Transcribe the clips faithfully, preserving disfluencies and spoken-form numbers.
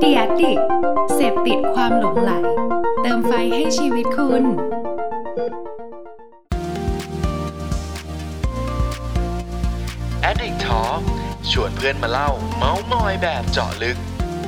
The Addict เสพติดความหลงใหลเติมไฟให้ชีวิตคุณ Addict Talk ชวนเพื่อนมาเล่าเม้าท์มอยแบบเจาะลึก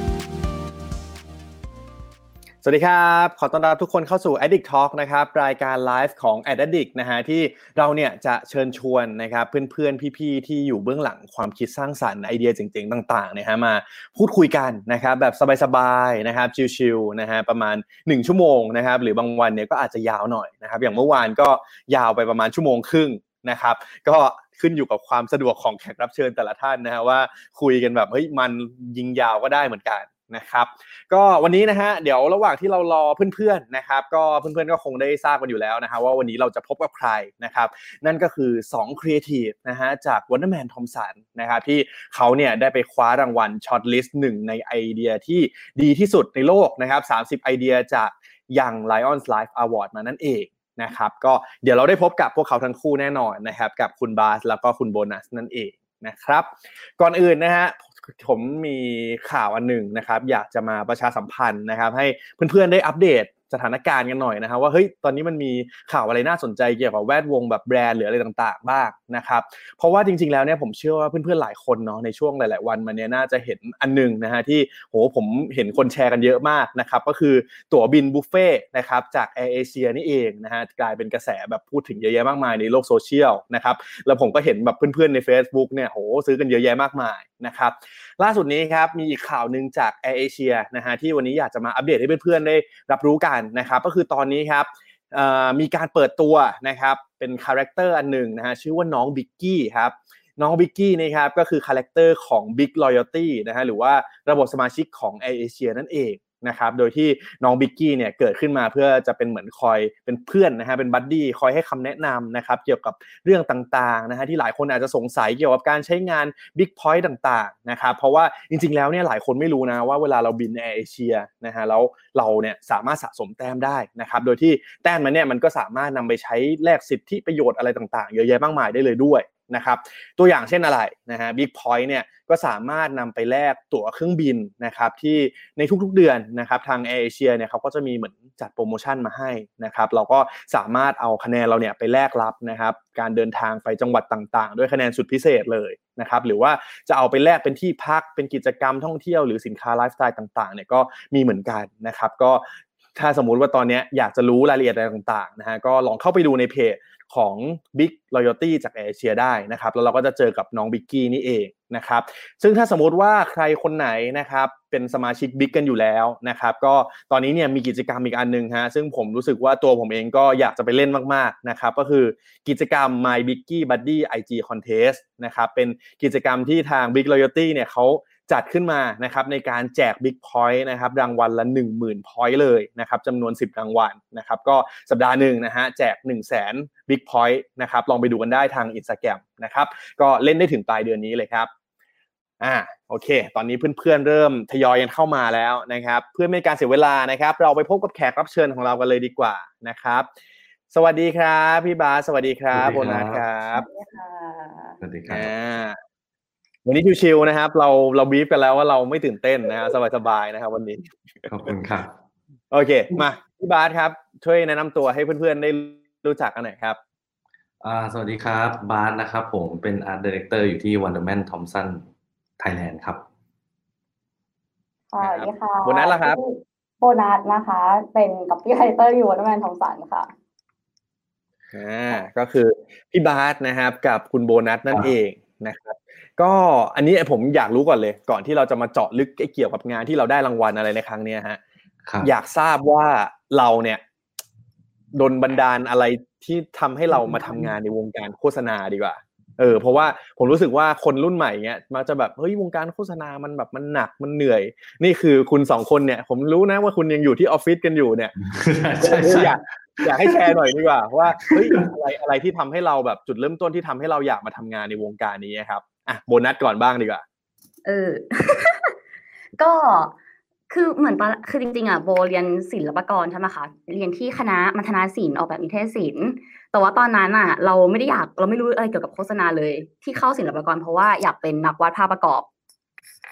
สวัสดีครับขอต้อนรับทุกคนเข้าสู่ Addict Talk นะครับรายการไลฟ์ของ Addict นะฮะที่เราเนี่ยจะเชิญชวนนะครับเพื่อนๆพี่ๆที่อยู่เบื้องหลังความคิดสร้างสรรค์ไอเดียเจ๋งๆต่างๆนะฮะมาพูดคุยกันนะครับแบบสบายๆนะครับชิลๆนะฮะประมาณหนึ่งชั่วโมงนะครับหรือบางวันเนี่ยก็อาจจะยาวหน่อยนะครับอย่างเมื่อวานก็ยาวไปประมาณชั่วโมงครึ่งนะครับก็ขึ้นอยู่กับความสะดวกของแขกรับเชิญแต่ละท่านนะฮะว่าคุยกันแบบเฮ้ยมันยิงยาวก็ได้เหมือนกันนะครับก็วันนี้นะฮะเดี๋ยวระหว่างที่เรารอเพื่อนๆนะครับก็เพื่อนๆก็คงได้ทราบกันอยู่แล้วนะฮะว่าวันนี้เราจะพบกับใครนะครับนั่นก็คือสองครีเอทีฟนะฮะจาก Wonderman Thompson นะครับที่เขาเนี่ยได้ไปคว้ารางวัล Shortlist หนึ่งในไอเดียที่ดีที่สุดในโลกนะครับสามสิบไอเดียจาก Young Lions Life Award มานั่นเองนะครับก็เดี๋ยวเราได้พบกับพวกเขาทั้งคู่แน่นอนนะครับกับคุณบาสแล้วก็คุณโบนัสนั่นเองนะครับก่อนอื่นนะฮะผมมีข่าวอันหนึ่งนะครับอยากจะมาประชาสัมพันธ์นะครับให้เพื่อนๆได้อัปเดตสถานการณ์กันหน่อยนะครับว่าเฮ้ยตอนนี้มันมีข่าวอะไรน่าสนใจเกี่ยวกับแวดวงแบบแบรนด์หรืออะไรต่างๆบ้างนะครับเพราะว่าจริงๆแล้วเนี่ยผมเชื่อว่าเพื่อนๆหลายคนเนาะในช่วงหลายๆวันมาเนี้ยน่าจะเห็นอันนึงนะฮะที่โหผมเห็นคนแชร์กันเยอะมากนะครับก็คือตั๋วบินบุฟเฟ่นะครับจาก Air Asia นี่เองนะฮะกลายเป็นกระแสแบบพูดถึงเยอะแยะมากมายในโลกโซเชียลนะครับแล้วผมก็เห็นแบบเพื่อนๆใน Facebook เนี่ยโหซื้อกันเยอะแยะมากมายนะครับล่าสุดนี้ครับมีอีกข่าวนึงจาก Air Asia นะฮะที่วันนี้อยากจะมาอัปเดตให้เพื่อนๆได้รับรู้กันนะครับก็คือตอนนี้ครับเอ่อมีการเปิดตัวนะครับเป็นคาแรคเตอร์อันนึงนะฮะชื่อว่าน้องบิ๊กกี้ครับน้องบิ๊กกี้นี่ครับก็คือคาแรคเตอร์ของ Big Loyalty นะฮะหรือว่าระบบสมาชิกของ Air Asia นั่นเองนะครับโดยที่น้องบิ๊กกี้เนี่ยเกิดขึ้นมาเพื่อจะเป็นเหมือนคอยเป็นเพื่อนนะฮะเป็นบัดดี้คอยให้คำแนะนำนะครับเกี่ยวกับเรื่องต่างๆนะฮะที่หลายคนอาจจะสงสัยเกี่ยวกับการใช้งาน Big Point ต่างๆนะครับเพราะว่าจริงๆแล้วเนี่ยหลายคนไม่รู้นะว่าเวลาเราบิน Air Asia นะฮะแล้วเราเนี่ยสามารถสะสมแต้มได้นะครับโดยที่แต้มมันเนี่ยมันก็สามารถนำไปใช้แลกสิทธิประโยชน์อะไรต่างๆเยอะแยะมากมายได้เลยด้วยนะครับตัวอย่างเช่นอะไรนะฮะ Big Point เนี่ยก็สามารถนำไปแลกตั๋วเครื่องบินนะครับที่ในทุกๆเดือนนะครับทาง Air Asia เนี่ยเขาก็จะมีเหมือนจัดโปรโมชั่นมาให้นะครับเราก็สามารถเอาคะแนนเราเนี่ยไปแลกรับนะครับการเดินทางไปจังหวัดต่างๆด้วยคะแนนสุดพิเศษเลยนะครับหรือว่าจะเอาไปแลกเป็นที่พักเป็นกิจกรรมท่องเที่ยวหรือสินค้าไลฟ์สไตล์ต่างๆเนี่ยก็มีเหมือนกันนะครับก็ถ้าสมมุติว่าตอนนี้อยากจะรู้รายละเอียดอะไรต่างๆนะฮะก็ลองเข้าไปดูในเพจของ Big Loyalty จาก Air Asia ได้นะครับแล้วเราก็จะเจอกับน้องบิ๊กกี้นี่เองนะครับซึ่งถ้าสมมุติว่าใครคนไหนนะครับเป็นสมาชิก Big กันอยู่แล้วนะครับก็ตอนนี้เนี่ยมีกิจกรรมอีกอันนึงฮะซึ่งผมรู้สึกว่าตัวผมเองก็อยากจะไปเล่นมากๆนะครับก็คือกิจกรรม My Biggie Buddy ไอ จี Contest นะครับเป็นกิจกรรมที่ทาง Big Loyalty เนี่ยเขาจัดขึ้นมานะครับในการแจก Big Point นะครับรางวัลละ หนึ่งหมื่น Point เลยนะครับจำนวนสิบรางวัลนะครับก็สัปดาห์นึงนะฮะแจก หนึ่งแสน Big Point นะครับลองไปดูกันได้ทาง Instagram นะครับก็เล่นได้ถึงปลายเดือนนี้เลยครับอ่าโอเคตอนนี้เพื่อนๆเริ่มทยอยกันเข้ามาแล้วนะครับเพื่อไม่ให้การเสียเวลานะครับเราไปพบกับแขกรับเชิญของเรากันเลยดีกว่านะครับสวัสดีครับพี่บาสสวัสดีครับโบนัสครับสวัสดีค่ะสวัสดีครับอ่าวันนี้ชิวๆนะครับเราเราบีฟกันแล้วว่าเราไม่ตื่นเต้นนะฮะสบายๆนะครับวันนี้ขอบคุณครับโอเคมาพี่บาสครับช่วยแนะนำตัวให้เพื่อนๆได้รู้จักกันหน่อยครับอ่าสวัสดีครับบาสนะครับผมเป็น Art Director อยู่ที่ Wonderman Thompson Thailand ครับสวัสดีค่ะโบนัสล่ะครับโบนัสนะคะเป็น Copywriter อยู่ Wonderman Thompson ค่ะอ่าก็คือพี่บาสนะครับกับคุณโบนัสนั่นเองนะครับก็อันนี้ผมอยากรู้ก่อนเลยก่อนที่เราจะมาเจาะลึกเกี่ยวกับงานที่เราได้รางวัลอะไรในครั้งนี้ฮะอยากทราบว่าเราเนี่ยโดนบันดาลอะไรที่ทำให้เรามาทำงานในวงการโฆษณาดีกว่าเออเพราะว่าผมรู้สึกว่าคนรุ่นใหม่เงี้ยมักจะแบบเฮ้ยวงการโฆษณามันแบบมันหนักมันเหนื่อยนี่คือคุณสองคนเนี่ยผมรู้นะว่าคุณยังอยู่ที่ออฟฟิศกันอยู่เนี่ยอยากอยากให้แชร์หน่อยดีกว่าว่าเฮ้ยอะไรอะไรที่ทำให้เราแบบจุดเริ่มต้นที่ทำให้เราอยากมาทำงานในวงการนี้ครับอ่ะโบนัสก่อนบ้างดีกว่าเออ ก็คือเหมือนตอนคือจริงๆอ่ะโบเรียนศิลปากรใช่ไหมคะเรียนที่คณะมัธยศิลป์ออกแบบนิเทศศิลป์แต่ว่าตอนนั้นอ่ะเราไม่ได้อยากเราไม่รู้อะไรเกี่ยวกับโฆษณาเลยที่เข้าศิลปากรเพราะว่าอยากเป็นนักวาดภาพประกอบ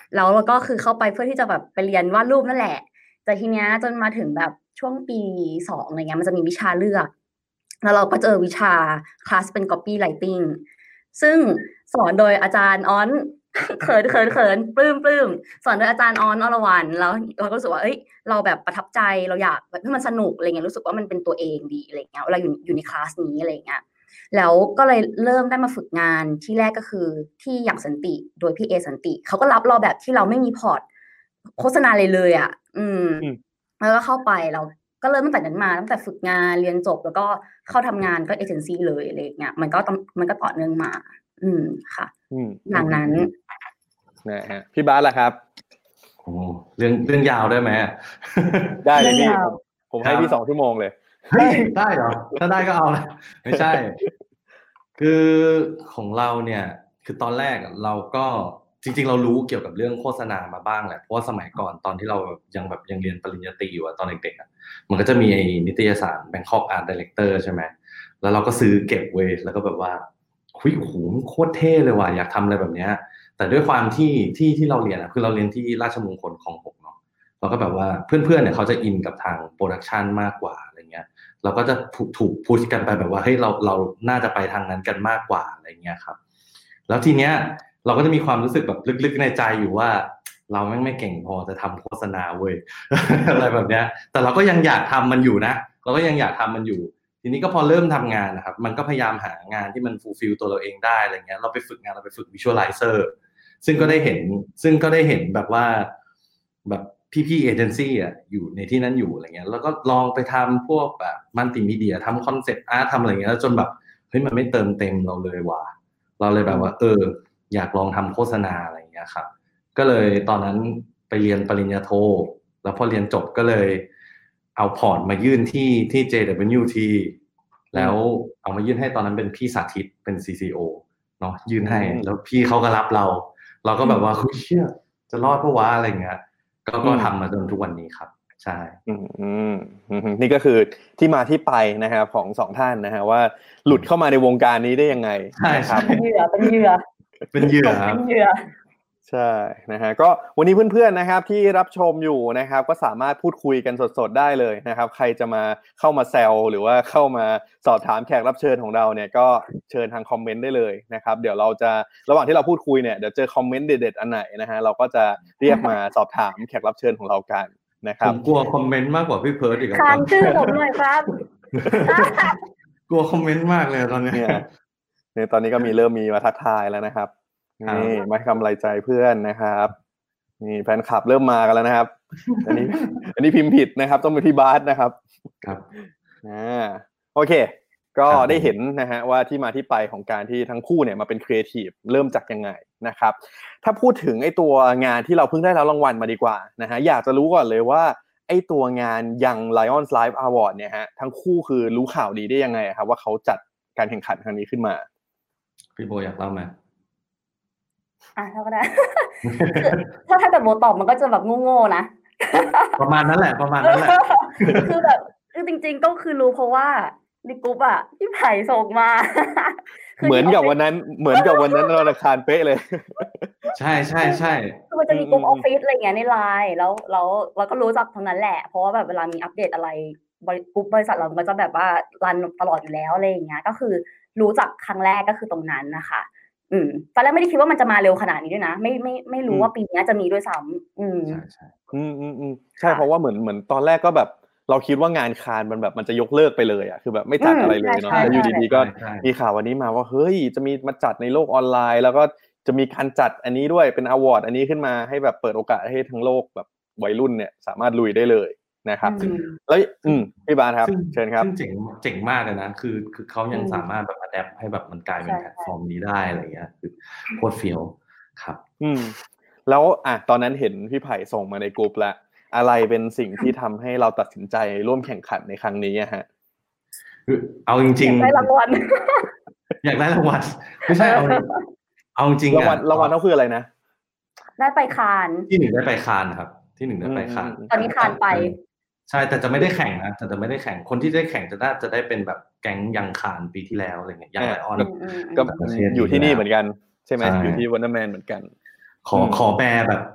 แล้วเราก็คือเข้าไปเพื่อที่จะแบบไปเรียนวาดรูปนั่นแหละแต่ทีเนี้ยจนมาถึงแบบช่วงปีสองอะไรเงี้ยมันจะมีวิชาเลือกแล้วเราก็เจอวิชาคลาสเป็น copywriting ซึ่งสอนโดยอาจารย์ออนเขินเขินเขินปลื้มปลื้มสอนโดยอาจารย์ออนอรวรรณแล้วเราก็รู้สึกว่าเอ้ยเราแบบประทับใจเราอยากแบบให้มันสนุกอะไรเงี้ยรู้สึกว่ามันเป็นตัวเองดีอะไรเงี้ยเราอยู่อยู่ในคลาสนี้อะไรเงี้ยแล้วก็เลยเริ่มได้มาฝึกงานที่แรกก็คือที่อย่างสันติโดยพี่เอสันติเขาก็รับเราแบบที่เราไม่มีพอร์ตโฆษณาเลยเลยอ่ะอืมแล้วก็เข้าไปเราก็เริ่มตั้งแต่นั้นมาตั้งแต่ฝึกงานเรียนจบแล้วก็เข้าทำงานก็เอเจนซี่เลยอะไรเงี้ยมันก็มันก็ต่อเนื่องมาอืมค่ะอย่างนั้นนะฮะพี่บาสล่ะครับโอ้เรื่องเรื่องยาวได้ไหมได้เลยพี่ผมให้พี่สองชั่วโมงเลยได้เหรอถ้าได้ก็เอาเลยไม่ใช่คือของเราเนี่ยคือตอนแรกเราก็จริงๆเรารู้เกี่ยวกับเรื่องโฆษณามาบ้างแหละเพราะว่าสมัยก่อนตอนที่เรายังแบบยังเรียนปริญญาตรีอยู่ตอนเด็กๆมันก็จะมีไอ้นิตยสาร Bangkok Art Director ใช่ไหมแล้วเราก็ซื้อเก็บไว้แล้วก็แบบว่าหุ้ยโหโคตรเท่เลยว่ะอยากทำอะไรแบบเนี้ยแต่ด้วยความที่ที่ที่เราเรียนอ่ะคือเราเรียนที่ราชมงคลคลองหกเนาะเราก็แบบว่าเพื่อนๆเนี่ยเขาจะอินกับทางโปรดักชันมากกว่าอะไรเงี้ยเราก็จะถูกพุชกันไปแบบว่าเฮ้ยเราเราน่าจะไปทางนั้นกันมากกว่าอะไรเงี้ยครับแล้วทีเนี้ยเราก็จะมีความรู้สึกแบบลึกๆในใจอยู่ว่าเราแม่งไม่เก่งพอจะทำโฆษณาเว้ย อะไรแบบเนี้ยแต่เราก็ยังอยากทำมันอยู่นะเราก็ยังอยากทำมันอยู่ทีนี้ก็พอเริ่มทำงานนะครับมันก็พยายามหางานที่มันฟูลฟิลตัวเราเองได้อะไรเงี้ยเราไปฝึกงานเราไปฝึกวิชวลไลเซอร์ซึ่งก็ได้เห็นซึ่งก็ได้เห็นแบบว่าแบบพี่ๆเอเจนซี่อ่ะอยู่ในที่นั้นอยู่อะไรเงี้ยแล้วก็ลองไปทำพวกแบบมัลติมีเดียทำคอนเซ็ปต์อาร์ตทำอะไรเงี้ยแล้วจนแบบเฮ้ยมันไม่เติมเต็มเราเลยว่ะเราเลยแบบว่าเอออยากลองทำโฆษณาอะไรเงี้ยครับก็เลยตอนนั้นไปเรียนปริญญาโทแล้วพอเรียนจบก็เลยเอาพอร์ตมายื่นที่ที่ เจ ดับเบิลยู ที แล้วเอามายื่นให้ตอนนั้นเป็นพี่สาธิตเป็น ซี ซี โอ เนาะยื่นให้แล้วพี่เขาก็รับเราเราก็แบบว่าคุยเชื่อจะรอดปะวะอะไรเงี้ยก็ก็ทำมาจนทุกวันนี้ครับใช่อืมนี่ก็คือที่มาที่ไปนะครับของสองท่านนะฮะว่าหลุดเข้ามาในวงการนี้ได้ยังไงใช่ครับเป็นเหยื่อเป็นเหยื่อเป็นเหยื่อครับเป็นเหยื่อใช่นะฮะก็วันนี้เพื่อนๆนะครับที่รับชมอยู่นะครับก็สามารถพูดคุยกันสดๆได้เลยนะครับใครจะมาเข้ามาแซวหรือว่าเข้ามาสอบถามแขกรับเชิญของเราเนี่ยก็เชิญทางคอมเมนต์ได้เลยนะครับเดี๋ยวเราจะระหว่างที่เราพูดคุยเนี่ยเดี๋ยวเจอคอมเมนต์เด็ดๆอันไหนนะฮะเราก็จะเรียกมาสอบถามแขกรับเชิญของเรากันนะครับผมกลัวคอมเมนต์มากกว่าพี่เพิร์ทอีกครับขานชื่อผมหน่อยครับกลัวคอมเมนต์มากเลยตอนนี้เนี่ยตอนนี้ก็มีเริ่มมีมาทักทายแล้วนะครับนี่มาทำไรใจเพื่อนนะครับนี่แฟนคลับเริ่มมากันแล้วนะครับอันนี้อันนี้พิมพ์ผิดนะครับต้องเป็นพี่บาสนะครับครับอ่าโอเคก็ได้เห็นนะฮะว่าที่มาที่ไปของการที่ทั้งคู่เนี่ยมาเป็นครีเอทีฟเริ่มจากยังไงนะครับถ้าพูดถึงไอ้ตัวงานที่เราเพิ่งได้รับรางวัลมาดีกว่านะฮะอยากจะรู้ก่อนเลยว่าไอ้ตัวงาน Young Lions Live Award เนี่ยฮะทั้งคู่คือรู้ข่าวดีได้ยังไงครับว่าเขาจัดการแข่งขันครั้งนี้ขึ้นมาพี่โบอยากเล่าไหมอ่ะเท่าก็ได้ถ้าถ้าแบบโบตอบมันก็จะแบบโง่ๆนะประมาณนั้นแหละประมาณนั้นแหละคือแบบคือจริงๆก็คือรู้เพราะว่าในกรุ๊ปอ่ะที่ไผ่ส่งมาเหมือนกับวันนั้นเหมือนกับวันนั้นธนาคารเป๊ะเลยใช่ใช่ใช่คือมันจะมีกรุ๊ปออฟฟิศอะไรเงี้ยในไลน์แล้วแล้วเราก็รู้จักทั้งนั้นแหละเพราะว่าแบบเวลามีอัปเดตอะไรกรุ๊ปบริษัทเราก็จะแบบว่ารันตลอดอยู่แล้วอะไรอย่างเงี้ยก็คือรู้จักครั้งแรกก็คือตรงนั้นนะคะอืมตอนแรกไม่ได้คิดว่ามันจะมาเร็วขนาดนี้ด้วยนะไม่ไม่ไม่รู้ว่าปีนี้จะมีด้วยซ้ำอืมใช่ใช่อืมอืมอืมใช่เพราะว่าเหมือนเหมือนตอนแรกก็แบบเราคิดว่างานคานมันแบบมันจะยกเลิกไปเลยอ่ะคือแบบไม่จัดอะไรเลยเนาะแล้วอยู่ดีๆก็มีข่าววันนี้มาว่าเฮ้ยจะมีมาจัดในโลกออนไลน์แล้วก็จะมีการจัดอันนี้ด้วยเป็นอวอร์ดอันนี้ขึ้นมาให้แบบเปิดโอกาสให้ทั้งโลกแบบวัยรุ่นเนี่ยสามารถลุยได้เลยนะครับแล้วอืมพี่บาสครับเชิญครับซึ่งเจ๋งเจ๋งมากเลยนะคือคือเขายังสามารถแบบอะแดปให้แบบมันกลายเป็นแพลตฟอร์มนี้ได้อะไรเงี้ยคือโคตรเฟี้ยวครับอืมแล้วอ่ะตอนนั้นเห็นพี่ไผ่ส่งมาในกลุ่มแล้วอะไรเป็นสิ่งที่ทำให้เราตัดสินใจร่วมแข่งขันในครั้งนี้อะฮะคือเอาจริงๆอยากได้รางวัลอยากได้รางวัลไม่ใช่เอาเอาจริงรางวัลรางวัลเขาคืออะไรนะได้ไปคานที่หนึ่งได้ไปคานครับที่หนึ่งได้ไปคานตอนนี้คานไปใช่แต่จะไม่ได้แข่งนะแต่จะไม่ได้แข่งคนที่ได้แข่งจะน่าจะได้เป็นแบบแก๊งยังคานปีที่แล้วอะไรเงี้ยยังไลออนก็อยู่ที่นี่เหมือนกันใช่ไหมอยู่ที่วันเดอร์แมนเหมือนกันขอขอแปลแบบ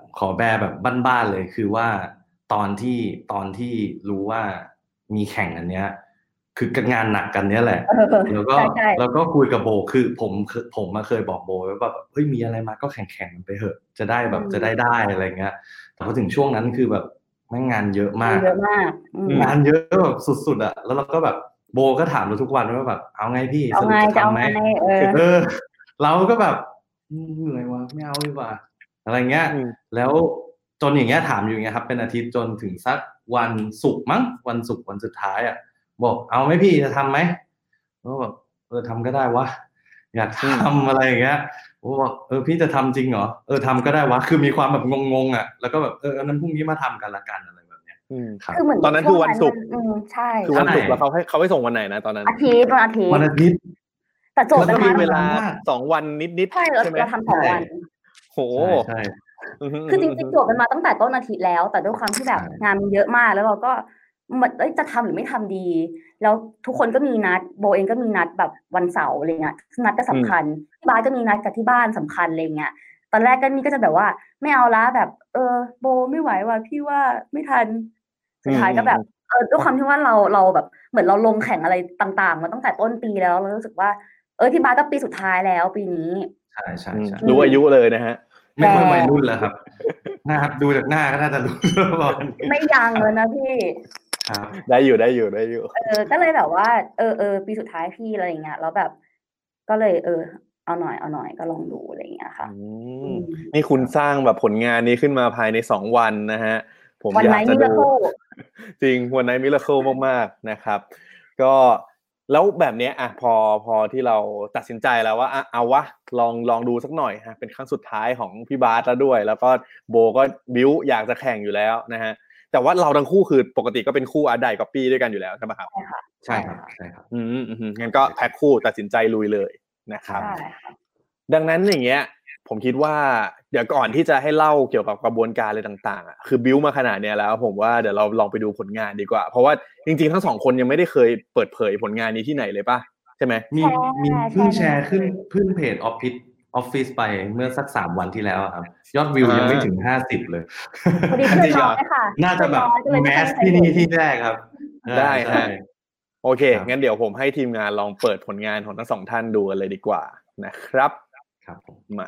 ขอแบร์แบบบ้านๆเลยคือว่าตอนที่ตอนที่รู้ว่ามีแข่งอันเนี้ยคืองานหนักกันเนี้ยแหละแล้วก็แล้วก็คุยกับโบคือผมผมมาเคยบอกโบไว้ว่าเฮ้ยมีอะไรมาก็แข่งๆมันไปเถอะจะได้แบบจะได้ได้อะไรเงี้ยแต่พอถึงช่วงนั้นคือแบบแม่งงานเยอะมากเยอะมากงานเยอะแบบสุดๆอ่ะแล้วเราก็แบบโบก็ถามเราทุกวันว่าแบบเอาไงพี่สรุปจะทำไหมเออเราก็แบบเหนื่อยวะไม่เอาดีกว่าอะไรเงี้ยแล้วจนอย่างเงี้ยถามอยู่อย่างเงี้ยครับเป็นอาทิตย์จนถึงสักวันศุกร์มั้งวันศุกร์วันสุดท้ายอ่ะบอกเอาไหมพี่จะทำไหมก็แบบเออทำก็ได้วะอยากทำอะไรอย่างเงี้ยโอ้บอกเออพี่จะทำจริงเหรอเออทำก็ได้วะคือมีความแบบงงๆอ่ะแล้วก็แบบเออนั้นพรุ่งนี้มาทำกันละกันอะไรแบบเนี้ยคือเหมือนตอนนั้นคือวันศุกร์ใช่คือวันศุกร์แล้วเขาให้เขาให้ส่งวันไหนนะตอนนั้นอาทิตย์วันอาทิตย์วันอาทิตย์แต่โจทย์มันมีเวลาสองวันนิดๆใช่เราทำสองวันโหใช่คือจริงๆโจทย์มันมาตั้งแต่ต้นอาทิตย์แล้วแต่ด้วยความที่แบบงานมันเยอะมากแล้วเราก็เหมือนจะทำหรือไม่ทำดีแล้วทุกคนก็มีนัดโบเองก็มีนัดแบบวันเสาร์อะไรเงี้ยนัดก็สำคัญที่บ้านก็มีนัดกับที่บ้านสำคัญอะไรเงี้ยตอนแรกก็นี่ก็จะแบบว่าไม่เอาละแบบเออโบไม่ไหวว่ะพี่ว่าไม่ทันสุดท้ายก็แบบเออด้วยความที่ว่าเราเราแบบเหมือนเราลงแข่งอะไรต่างๆมาตั้งแต่ต้นปีแล้วเรารู้สึกว่าเออที่บ้านก็ปีสุดท้ายแล้วปีนี้ใช่ใช่ใช่รู้อายุเลยนะฮะไม่ค่อยวัยรุ่นแล้วครับหน้าดูจากหน้าก็น่าจะรู้ไม่ยังเลยนะพี่ได้อยู่ได้อยู่ได้อยู่เออก็เลยแบบว่าเออเออปีสุดท้ายพี่อะไรอย่างเงี้ยแล้วแบบก็เลยเออเอาหน่อยเอาหน่อยก็ลองดูอะไรอย่างเงี้ยค่ะนี่คุณสร้างแบบผลงานนี้ขึ้นมาภายในสองวันนะฮะผมอยากจะดูจริงวันไหนมิราเคิลมากๆนะครับก็แล้วแบบนี้อ่ะพอพอที่เราตัดสินใจแล้วว่าเอาวะลองลองดูสักหน่อยฮะเป็นครั้งสุดท้ายของพี่บาสแล้วด้วยแล้วก็โบก็บิ้วอยากจะแข่งอยู่แล้วนะฮะแต่ว่าเราทั้งคู่คือปกติก็เป็นคู่อาร์ไดก๊อปปี้ด้วยกันอยู่แล้วใช่ไหมครับใช่ค่ะใช่ครับใช่ครับอืมอืมงั้นก็แพ็คคู่ตัดสินใจลุยเลยนะครับดังนั้นอย่างเงี้ยผมคิดว่าเดี๋ยวก่อนที่จะให้เล่าเกี่ยวกับกระบวนการอะไรต่างๆอ่ะคือบิ้วมาขนาดเนี้ยแล้วผมว่าเดี๋ยวเราลองไปดูผลงานดีกว่าเพราะว่าจริงๆทั้งสองคนยังไม่ได้เคยเปิดเผยผลงานนี้ที่ไหนเลยป่ะใช่ไหมมีมีเพิ่งแชร์ขึ้นขึ้นเพจออฟฟิศออฟฟิศไปเมื่อสักสามวันที่แล้วครับยอดวิวยังไม่ถึงห้าสิบเลยจริงๆน่าจะแบบแมสที่นี่ที่แรกครับได้ฮะโอเคงั้นเดี๋ยวผมให้ทีมงานลองเปิดผลงานของทั้งสองท่านดูกันเลยดีกว่านะครับครับมา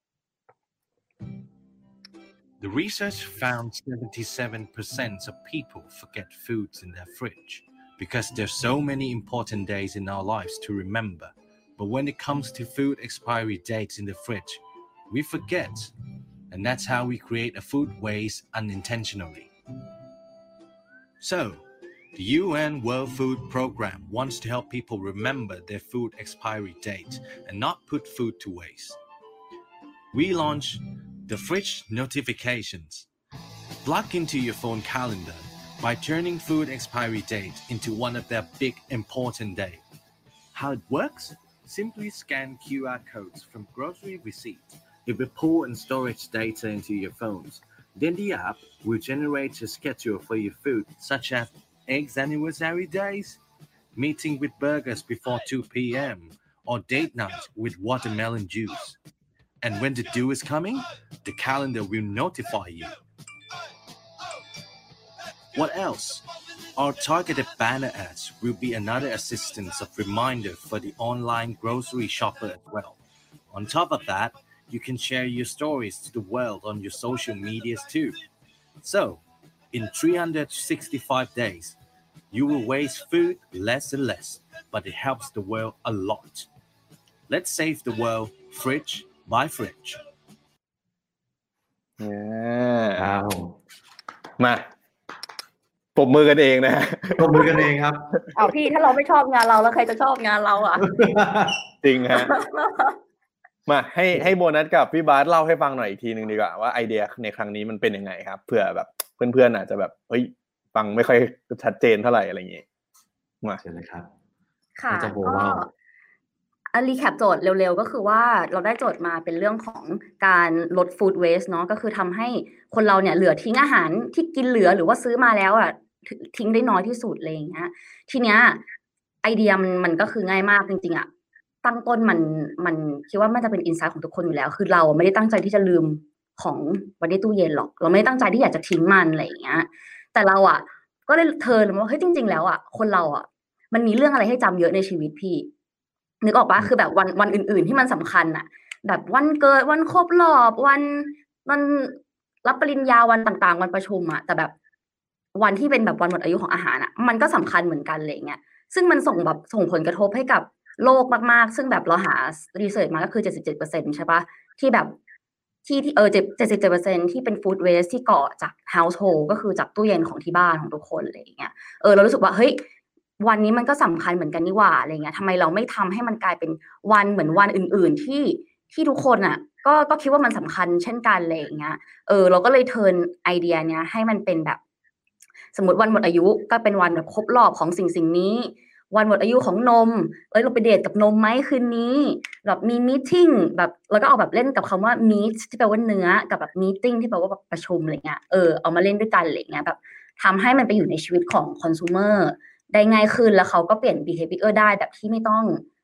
The research found seventy-seven percent of people forget foods in their fridge because there's so many important days in our lives to remember. But when it comes to food expiry dates in the fridge, we forget. And that's how we create a food waste unintentionally. So, the U N World Food Programme wants to help people remember their food expiry date and not put food to waste. We launched the fridge notifications. Plug into your phone calendar by turning food expiry date into one of their big important days. How it works? Simply scan Q R codes from grocery receipts. It will pull and storage data into your phones. Then the app will generate a schedule for your food, such as eggs anniversary days, meeting with burgers before two p.m., or date night with watermelon juice. And when the due is coming, the calendar will notify you. What else? Our targeted banner ads will be another assistance of reminder for the online grocery shopper as well. On top of that, you can share your stories to the world on your social medias too. So, in three hundred sixty-five days, you will waste food less and less, but it helps the world a lot. Let's save the world fridge by fridge. อ้าวมาปรบมือกันเองนะปรบมือกันเองครับเอาพี่ถ้าเราไม่ชอบงานเราแล้วใครจะชอบงานเราอ่ะจริงฮะมาให้ให้โบนัสกับพี่บาสเล่าให้ฟังหน่อยอีกทีนึงดีกว่าว่าไอเดียในครั้งนี้มันเป็นยังไงครับเผื่อแบบเพื่อนๆอาจจะแบบเฮ้ยฟังไม่ค่อยชัดเจนเท่าไหร่อะไรอย่างงี้มาเชิญเลยครับค่ะก็อันรีแคปโจทย์เร็วๆก็คือว่าเราได้โจทย์มาเป็นเรื่องของการลดฟู้ดเวสต์เนาะก็คือทำให้คนเราเนี่ยเหลือทิ้งอาหารที่กินเหลือหรือว่าซื้อมาแล้วอ่ะทิ้งได้น้อยที่สุดอะไรอย่างเงี้ยทีเนี้ยไอเดียมันมันก็คือง่ายมากจริงๆอ่ะตั้งต้นมันมันคิดว่ามันจะเป็นอินไซต์ของทุกคนอยู่แล้วคือเราไม่ได้ตั้งใจที่จะลืมของไว้ในตู้เย็นหรอกเราไม่ได้ตั้งใจที่อยากจะทิ้งมันอะไรอย่างเงี้ยแต่เราอ่ะก็เลยเทิร์นว่าเฮ้ยจริงๆแล้วอ่ะคนเราอ่ะมันมีเรื่องอะไรให้จำเยอะในชีวิตพี่นึกออกปะคือแบบวันวันอื่นๆที่มันสำคัญอ่ะแบบวันเกิดวันครบรอบวันวันรับปริญญาวันต่างๆวันประชุมอ่ะแต่แบบวันที่เป็นแบบวันหมดอายุของอาหารอ่ะมันก็สำคัญเหมือนกันอะไรเงี้ยซึ่งมันส่งแบบส่งผลกระทบให้กับโลกมากๆซึ่งแบบเราหารีเสิร์ชมาก็คือ เจ็ดสิบเจ็ดเปอร์เซ็นต์ ใช่ปะที่แบบที่ที่เออเจ็ดสิบเจ็ดเปอร์เซ็นต์ที่เป็นฟู้ดเวสที่เกาะจาก household ก็คือจากตู้เย็นของที่บ้านของทุกคนอะไรอย่างเงี้ยเออเรารู้สึกว่าเฮ้ยวันนี้มันก็สำคัญเหมือนกันนี่หว่าอะไรเงี้ยทำไมเราไม่ทำให้มันกลายเป็นวันเหมือนวันอื่นๆที่ที่ทุกคนอ่ะก็ก็คิดว่ามันสำคัญเช่นกันอะไรอย่างเงี้ยเออเราก็เลยเทิร์นไอเดียเนี้ยให้มันเป็นแบบสมมติวันหมดอายุก็เป็นวันแบบครบรอบของสิ่งสิ่งนี้วันหมดอายุของนมเอ้ยเราไปเดทกับนมไหมคืนนี้แบบมีมีตติ้งแบบแล้วก็เอาแบบเล่นกับคำว่า meet ที่แปลว่าเนื้อกับแบบ meeting ที่แปลว่าแบบประชุมอะไรเงี้ยเออเอามาเล่นด้วยกันอะไรเงี้ยแบบทำให้มันไปอยู่ในชีวิตของ consumer ได้ง่ายขึ้นแล้วเขาก็เปลี่ยน behavior ได้แบบที่ไม่ต้อง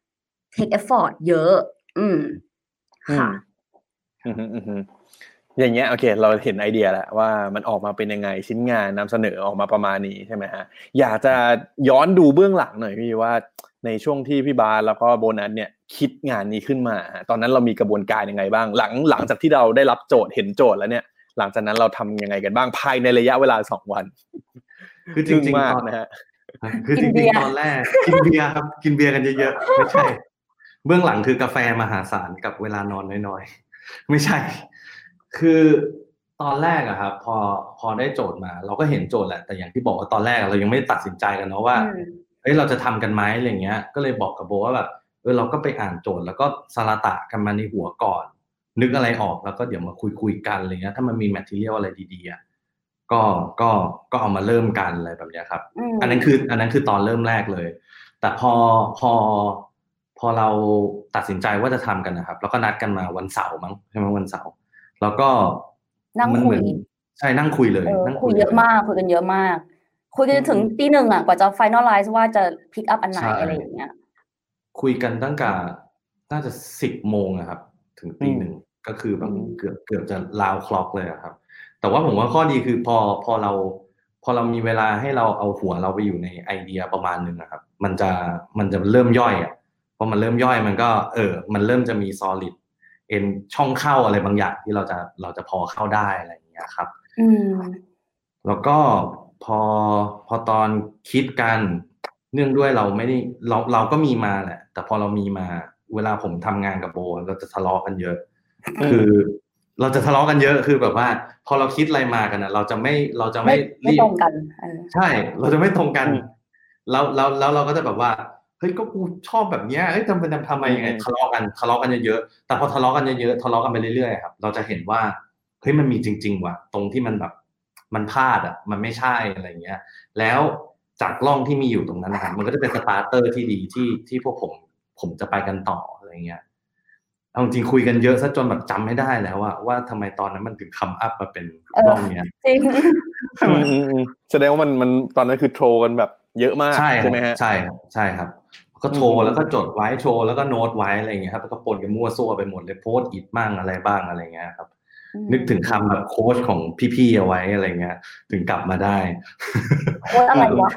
take effort เยอะอืมค่ะอืมอืมอืมอย่างเงี้ยโอเคเราเห็นไอเดียแล้วว่ามันออกมาเป็นยังไงชิ้นงานนำเสนอออกมาประมาณนี้ใช่ไหมฮะอยากจะย้อนดูเบื้องหลังหน่อยพี่ว่าในช่วงที่พี่บาสแล้วก็โบนัสเนี่ยคิดงานนี้ขึ้นมาตอนนั้นเรามีกระบวนการยังไงบ้างหลังหลังจากที่เราได้รับโจทย์เห็นโจทย์แล้วเนี่ยหลังจากนั้นเราทำยังไงกันบ้างภายในระยะเวลาสองวันคือจริงๆตอนนะฮะคือจริงๆตอนแรกกินเบียร์ครับกินเบียร์กันเยอะๆไม่ใช่เบื้องหลังคือกาแฟมหาศาลกับเวลานอนน้อยๆไม่ใช่คือตอนแรกอะครับพอพอได้โจทย์มาเราก็เห็นโจทย์แหละแต่อย่างที่บอกว่าตอนแรกเรายังไม่ตัดสินใจกันเนาะว่าเฮ้ยเราจะทำกันไหมอะไรเงี้ยก็เลยบอกกับโบว่าแบบเออเราก็ไปอ่านโจทย์แล้วก็สารตะกันมาในหัวก่อนนึกอะไรออกแล้วก็เดี๋ยวมาคุยคุยกันอะไรเงี้ยถ้ามันมีแมททีเรียลอะไรดีๆอะก็ก็ก็เอามาเริ่มกันอะไรแบบนี้ครับอันนั้นคืออันนั้นคือตอนเริ่มแรกเลยแต่พอพอพอเราตัดสินใจว่าจะทำกันนะครับแล้วก็นัดกันมาวันเสาร์มั้งใช่ไหมวันเสาร์แล้วก็นั่งคุยใช่นั่งคุยเลยนั่งคุยเยอะมากคุยกันเยอะมากคุยกันถึงตีหนึ่งอ่ะกว่าจะ finalize ว่าจะ pick up อันไหนอะไรอย่างเงี้ยคุยกันตั้งแต่น่าจะสิบโมงนะครับถึงตีหนึ่งก็คือแบบเกือบเกือบจะลาวคล็อกเลยครับแต่ว่าผมว่าข้อดีคือพอพอเราพอเรามีเวลาให้เราเอาหัวเราไปอยู่ในไอเดียประมาณนึงนะครับมันจะมันจะเริ่มย่อยอ่ะพอมันเริ่มย่อยมันก็เออมันเริ่มจะมี solid เอ็นช่องเข้าอะไรบางอย่างที่เราจะเราจะพอเข้าได้อะไรอย่างเงี้ยครับอืมแล้วก็พอพอตอนคิดกันเนื่องด้วยเราไม่ได้เราเราก็มีมาแหละแต่พอเรามีมาเวลาผมทำงานกับโบเราจะทะเลาะกันเยอะคือเราจะทะเลาะกันเยอะคือแบบว่าพอเราคิดอะไรมากันนะเราจะไม่เราจะไม่รีบตรงกันใช่เราจะไม่ตรงกันแล้วแล้วแล้วเราก็จะแบบว่าเฮ้ยก็กูชอบแบบเนี้ยเฮ้ยทำเป็นทำไมยังไงทะเลาะกันทะเลาะกันเยอะๆแต่พอทะเลาะกันเยอะๆทะเลาะกันไปเรื่อยๆครับเราจะเห็นว่าเฮ้ยมันมีจริงๆว่ะตรงที่มันแบบมันพลาดอ่ะมันไม่ใช่อะไรเงี้ยแล้วจากกล้องที่มีอยู่ตรงนั้นนะครับมันก็จะเป็นสตาร์เตอร์ที่ดีที่ที่พวกผมผมจะไปกันต่ออะไรเงี้ยเอาจริงคุยกันเยอะซะจนแบบจำไม่ได้แล้วว่าว่าทำไมตอนนั้นมันถึงคัมอัพมาเป็นกล้องเนี้ยจริงแสดงว่ามันมันตอนนั้นคือโทรกันแบบเยอะมากใช่ไหมฮะใช่ใช่ครับก็โทรแล้วก็จดไว้โชว์แล้วก็โน้ตไว้อะไรเงี้ยครับแล้วก็ปนกันมั่วซั่วไปหมดเลยโพสต์อิทบ้างอะไรบ้างอะไรเงี้ยครับนึกถึงคำแบบโค้ชของพี่ๆเอาไว้อะไรเงี้ยถึงกลับมาได้โค้ชอะไรวะ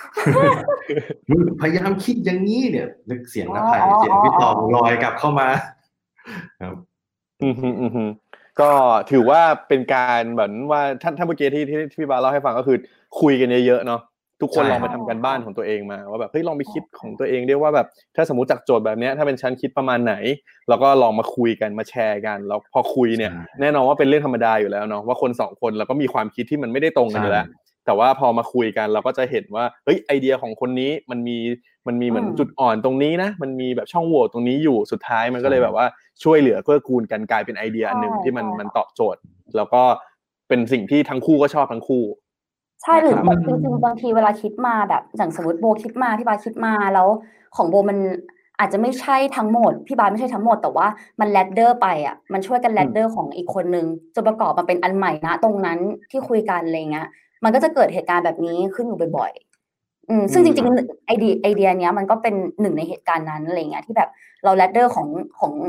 พยายามคิดอย่างนี้เนี่ยนึกเสียงนะไผ่เสียงพี่ตองลอยกลับเข้ามาครับอืมอืมก็ถือว่าเป็นการเหมือนว่าท่านท่านเมื่อกี้ที่ที่พี่บาเล่าให้ฟังก็คือคุยกันเยอะๆเนาะทุกคนลองไปทำกันบ้านของตัวเองมาว่าแบบเฮ้ยลองไปคิดของตัวเองได้ว่าแบบถ้าสมมติจากโจทย์แบบนี้ถ้าเป็นชั้นคิดประมาณไหนแล้วก็ลองมาคุยกันมาแชร์กันแล้วพอคุยเนี่ยแน่นอนว่าเป็นเรื่องธรรมดาอยู่แล้วเนาะว่าคนสองคนเราก็มีความคิดที่มันไม่ได้ตรงกันอยู่แล้วแต่ว่าพอมาคุยกันเราก็จะเห็นว่าเฮ้ยไอเดียของคนนี้มันมีมันมีเหมือนจุดอ่อนตรงนี้นะมันมีแบบช่องโหว่ตรงนี้อยู่สุดท้ายมันก็เลยแบบว่าช่วยเหลือเกื้อกูลกันกลายเป็นไอเดียอันนึงที่มันมันตอบโจทย์แล้วก็เป็นสิ่งที่ทั้งคู่ก็ชอบทั้งคู่ใช่หรือจริงๆบางทีเวลาคิดมาแบบอย่างสมมติโบคิดมาพี่บาคิดมาแล้วของโบมันอาจจะไม่ใช่ทั้งหมดพี่บาไม่ใช่ทั้งหมดแต่ว่ามันแลดเดอร์ไปอ่ะมันช่วยกันแลดเดอร์ของอีกคนนึงจนประกอบมาเป็นอันใหม่นะตรงนั้นที่คุยกันอะไรเงี้ยมันก็จะเกิดเหตุการณ์แบบนี้ขึ้นอยู่บ่อยๆอืมซึ่งจริงๆไอเดียไอเดียเนี้ยมันก็เป็นหนึ่งในเหตุการณ์นั้นอะไรเงี้ยที่แบบเราแลดเดอร์ของของ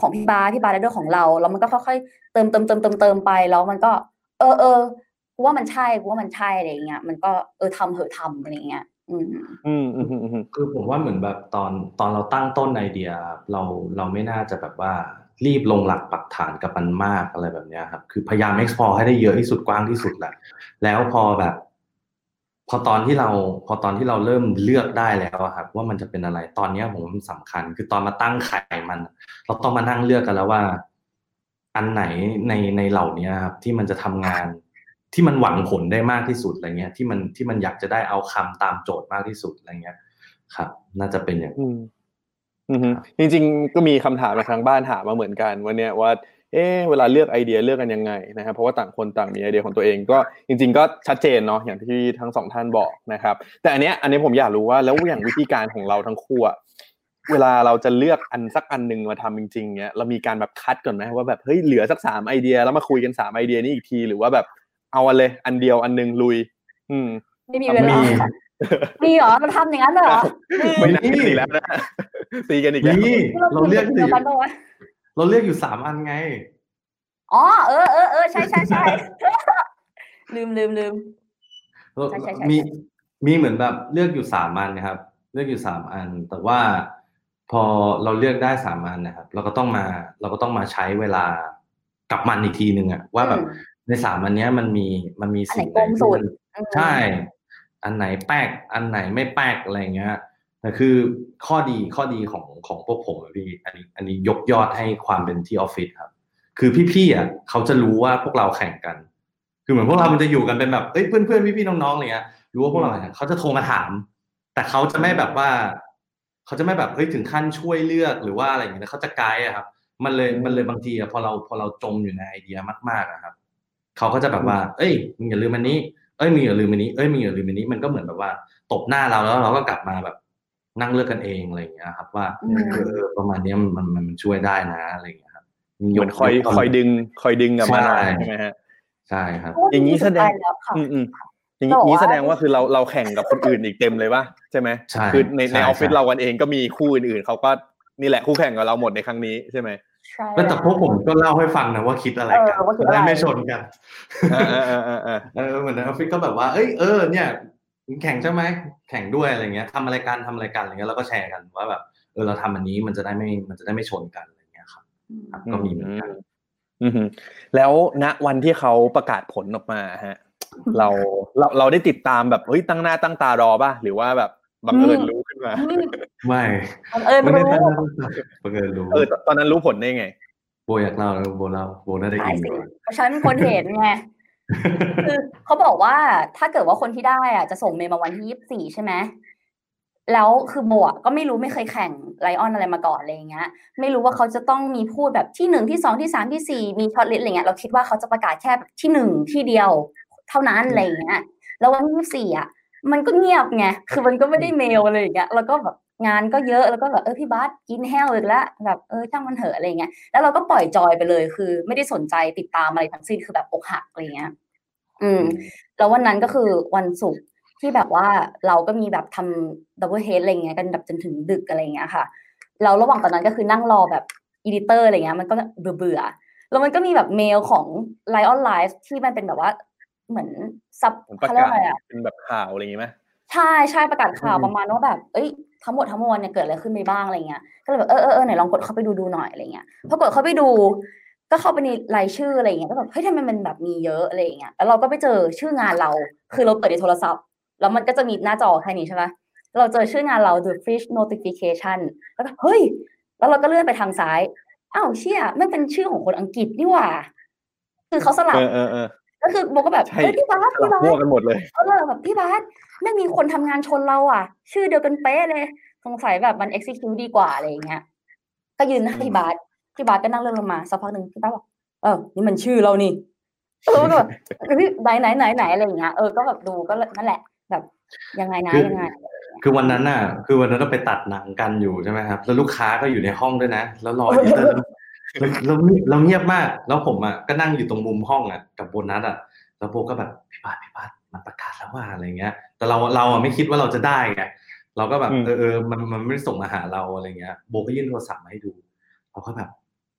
ของพี่บาสพี่บาสไรเดอร์ของเราแล้วมันก็ค่อยๆเติมเติมเติมเติมเติมไปแล้วมันก็เออเออกูว่ามันใช่กูว่ามันใช่อะไรอย่างเงี้ยมันก็เออทำเหอะทำอะไรอย่างเงี้ยอืมอืมอืมอืมคือผมว่าเหมือนแบบตอนตอนเราตั้งต้นไอเดียเราเราไม่น่าจะแบบว่ารีบลงหลักปักฐานกับมันมากอะไรแบบเนี้ยครับคือพยายาม explore ให้ได้เยอะที่สุดกว้างที่สุดแหละแล้วพอแบบพอตอนที่เราพอตอนที่เราเริ่มเลือกได้แล้วอะครับว่ามันจะเป็นอะไรตอนเนี้ยผมว่ามันสำคัญคือตอนมาตั้งไข่มันเราต้องมานั่งเลือกกันแล้วว่าอันไหนในในเหล่านี้ครับที่มันจะทำงานที่มันหวังผลได้มากที่สุดอะไรเงี้ยที่มันที่มันอยากจะได้เอาคำตามโจทย์มากที่สุดอะไรเงี้ยครับน่าจะเป็นอย่างอืมอืมจริงๆก็มีคำถามมาทางบ้านถามมาเหมือนกันวันเนี้ยว่าเอ๊ะเวลาเลือกไอเดียเลือกกันยังไงนะครับเพราะว่าต่างคนต่างมีไอเดียของตัวเองก็จริงๆก็ชัดเจนเนาะอย่างที่ทั้งสองท่านบอกนะครับแต่อันเนี้ยอันนี้ผมอยากรู้ว่าแล้วอย่างวิธีการของเราทั้งคู่อะเวลาเราจะเลือกอันสักอันนึงมาทำจริงๆเนี้ยเรามีการแบบคัดก่อนไหมว่าแบบเฮ้ยเหลือสักสามไอเดียแล้วมาคุยกันสามไอเดียนี้อีกทีหรือว่าแบบเอาอันเลยอันเดียวอันนึงลุยอืมไม่มีเวลามีเหรอมันทำอย่างนั้นเหรอไม่น่าตีแล้วนะตีกันอีกแล้วเราเลือกอยู่เราเลือกอยู่สามอันไงอ๋อเออเออเออใช่ใช่ใช่ลืมลืมลืมใช่ใช่ใช่มีมีเหมือนแบบเลือกอยู่สามอันนะครับเลือกอยู่สามอันแต่ว่าพอเราเลือกได้สามอันนะครับเราก็ต้องมาเราก็ต้องมาใช้เวลากับมันอีกทีนึงอะว่าแบบในสามอันนี้มันมีมันมีสิ่งไหนที่มันใช่อันไหนแป๊กอันไหนไม่แป๊กอะไรเงี้ยแต่คือข้อดีข้อดีของของพวกผมอะพี่อันนี้อันนี้ยกยอดให้ความเป็นที่ออฟฟิศครับคือพี่ๆอ่ะเขาจะรู้ว่าพวกเราแข่งกันคือเหมือนพวกเรามันจะอยู่กันเป็นแบบเอ้ยเพื่อนๆพี่ๆน้องๆอะไรเงี้ยรู้ว่าพวกเราเนี่ยเขาจะโทรมาถามแต่เขาจะไม่แบบว่าเขาจะไม่แบบเฮ้ยถึงขั้นช่วยเลือกหรือว่าอะไรอย่างเงี้ยเขาจะไกด์อะครับมันเลยมันเลยบางทีอะพอเราพอเราจมอยู่ในไอเดียมากๆอะครับเขาก็จะแบบว่าเอ้ยมึงอย่าลืมอันนี้เอ้ยมึงอย่าลืมอันนี้เอ้ยมึงอย่าลืมอันนี้มันก็เหมือนแบบว่าตบหน้าเราแล้วเราก็กลับมาแบบนั่งเลือกกันเองอะไรอย่างเงี้ยครับว่าเออประมาณนี้มันมันมันช่วยได้นะอะไรอย่างเงี้ยครับเหมือนคอยคอยดึงคอยดึงกลับมาใช่ไหมฮะใช่ครับอย่างนี้แสดงอืมอืมอย่างนี้แสดงว่าคือเราเราแข่งกับคนอื่นอีกเต็มเลยป่ะใช่ไหมคือในในออฟฟิศเรากันเองก็มีคู่อื่นๆเขาก็นี่แหละคู่แข่งกับเราหมดในครั้งนี้ใช่ไหมใช่แต่พวกผมก็เล่าให้ฟังนะว่าคิดอะไรกันจะได้ไม่ชนกันเออเออเออเออเหมือนในออฟฟิศก็แบบว่าเอ้ยเออเนี่ยแข่งใช่ไหมแข่งด้วยอะไรเงี้ยทำอะไรกันทำอะไรกันอะไรเงี้ยแล้วก็แชร์กันว่าแบบเออเราทำอันนี้มันจะได้ไม่มันจะได้ไม่ชนกันอะไรเงี้ยครับก็มีเหมือนกันแล้วณวันที่เขาประกาศผลออกมาฮะเราเราเราได้ติดตามแบบเฮ้ยตั้งหน้าตั้งตารอป่ะหรือว่าแบบบังเอิญรู้ขึ้นมาไม่บังเอิญรู้บังเอิญรู้เออตอนนั้นรู้ผลได้ไงโบอยากเล่าแล้วโบเล่าโบน่าได้ยินก่อนเพราะฉันเป็นคนเห็นไงคือเขาบอกว่าถ้าเกิดว่าคนที่ได้อ่ะจะส่งเมลมาวันที่ยี่สิบสี่ใช่ไหมแล้วคือโบอ่ะก็ไม่รู้ไม่เคยแข่งไลออนอะไรมาก่อนอะไรอย่างเงี้ยไม่รู้ว่าเขาจะต้องมีพูดแบบที่หนึ่งที่สองที่สามที่สี่มีช็อตลิสต์อะไรเงี้ยเราคิดว่าเขาจะประกาศแค่ที่หนึ่งที่เดียวเท่านั้นอะไรอย่างเงี้ยแล้ววันที่ยี่สิบสี่อ่ะมันก็เงียบไงคือมันก็ไม่ได้เมลอะไรอย่างเงี้ยแล้วก็แบบงานก็เยอะแล้วก็แบบเออพี่บาสกินแห้วอีกแล้วแบบเออช่างมันเถอะอะไรเงี้ยแล้วเราก็ปล่อยจอยไปเลยคือไม่ได้สนใจติดตามอะไรทั้งสิ้นคือแบบอกหักอะไรเงี้ยอืมแล้ววันนั้นก็คือวันศุกร์ที่แบบว่าเราก็มีแบบทำดับเบิลเฮดอะไรเงี้ยกันแบบจนถึงดึกอะไรเงี้ยค่ะแล้วระหว่างตอนนั้นก็คือนั่งรอแบบอีดิเตอร์อะไรเงี้ยมันก็เบื่อเบื่อแล้วมันก็มีแบบเมลของ Lion Live ที่มันเป็นแบบว่าเหมือนซับเขาเรียกอะไรอ่ะเป็นแบบข่าวอะไรอย่างงี้ไหมใช่ใช่ประกาศข่าวประมาณว่าแบบเอ้ยทั้งหมดทั้งมวลเนี่ยเกิดอะไรขึ้นไปบ้างอะไรเงี้ยก็เลยแบบเออเออเออไหนลองกดเข้าไปดูดูหน่อยอะไรเงี้ยพอกดเข้าไปดูก็เข้าไปในรายชื่ออะไรเงี้ยก็แบบเฮ้ยทำไมมันแบบมีเยอะอะไรเงี้ยแล้วเราก็ไปเจอชื่องานเราคือเราเปิดในโทรศัพท์แล้วมันก็จะมีหน้าจอแค่นี้ใช่ไหมเราเจอชื่องานเรา The Fish Notification แล้วก็เฮ้ยแล้วเราก็เลื่อนไปทางซ้ายอ้าวเชี่ยมันเป็นชื่อของคนอังกฤษนี่หว่าคือเขาสลับก็คือโบก็แบบเอ้ยพี่บาสพี่บาสมั่วกันหมดเลยเออแบบพี่บาสไม่มีคนทำงานชนเราอ่ะชื่อเดียวกันเป๊ะเลยสงสัยแบบมัน execute ดีกว่าอะไรอย่างเงี้ยก็ยืนให้พี่บาสพี่บาสก็นั่งเลื่อนลงมาสักพักนึงพี่บาสบอกเออนี่มันชื่อเรานี่เออก็แบบพี่ไหนไหนไหนไหนอะไรอย่างเงี้ยเออก็แบบดูก็นั่นแหละแบบยังไงนะยังไงคือวันนั้นน่ะคือวันนั้นเราไปตัดหนังกันอยู่ใช่ไหมครับแล้วลูกค้าก็อยู่ในห้องด้วยนะแล้วรออยู่แล้วเราเราเงียบมากแล้วผมอ่ะก็นั่งอยู่ตรงมุมห้องอ่ะกับโบนัสอ่ะแล้วโบก็แบบพี่บาสพี่บาสมันประกาศแล้วว่าอะไรเงี้ยแต่เราเราอ่ะไม่คิดว่าเราจะได้ไงเราก็แบบเออเออมันมันไม่ส่งมาหาเราอะไรเงี้ยโบก็ยื่นโทรศัพท์มาให้ดูเราก็แบบ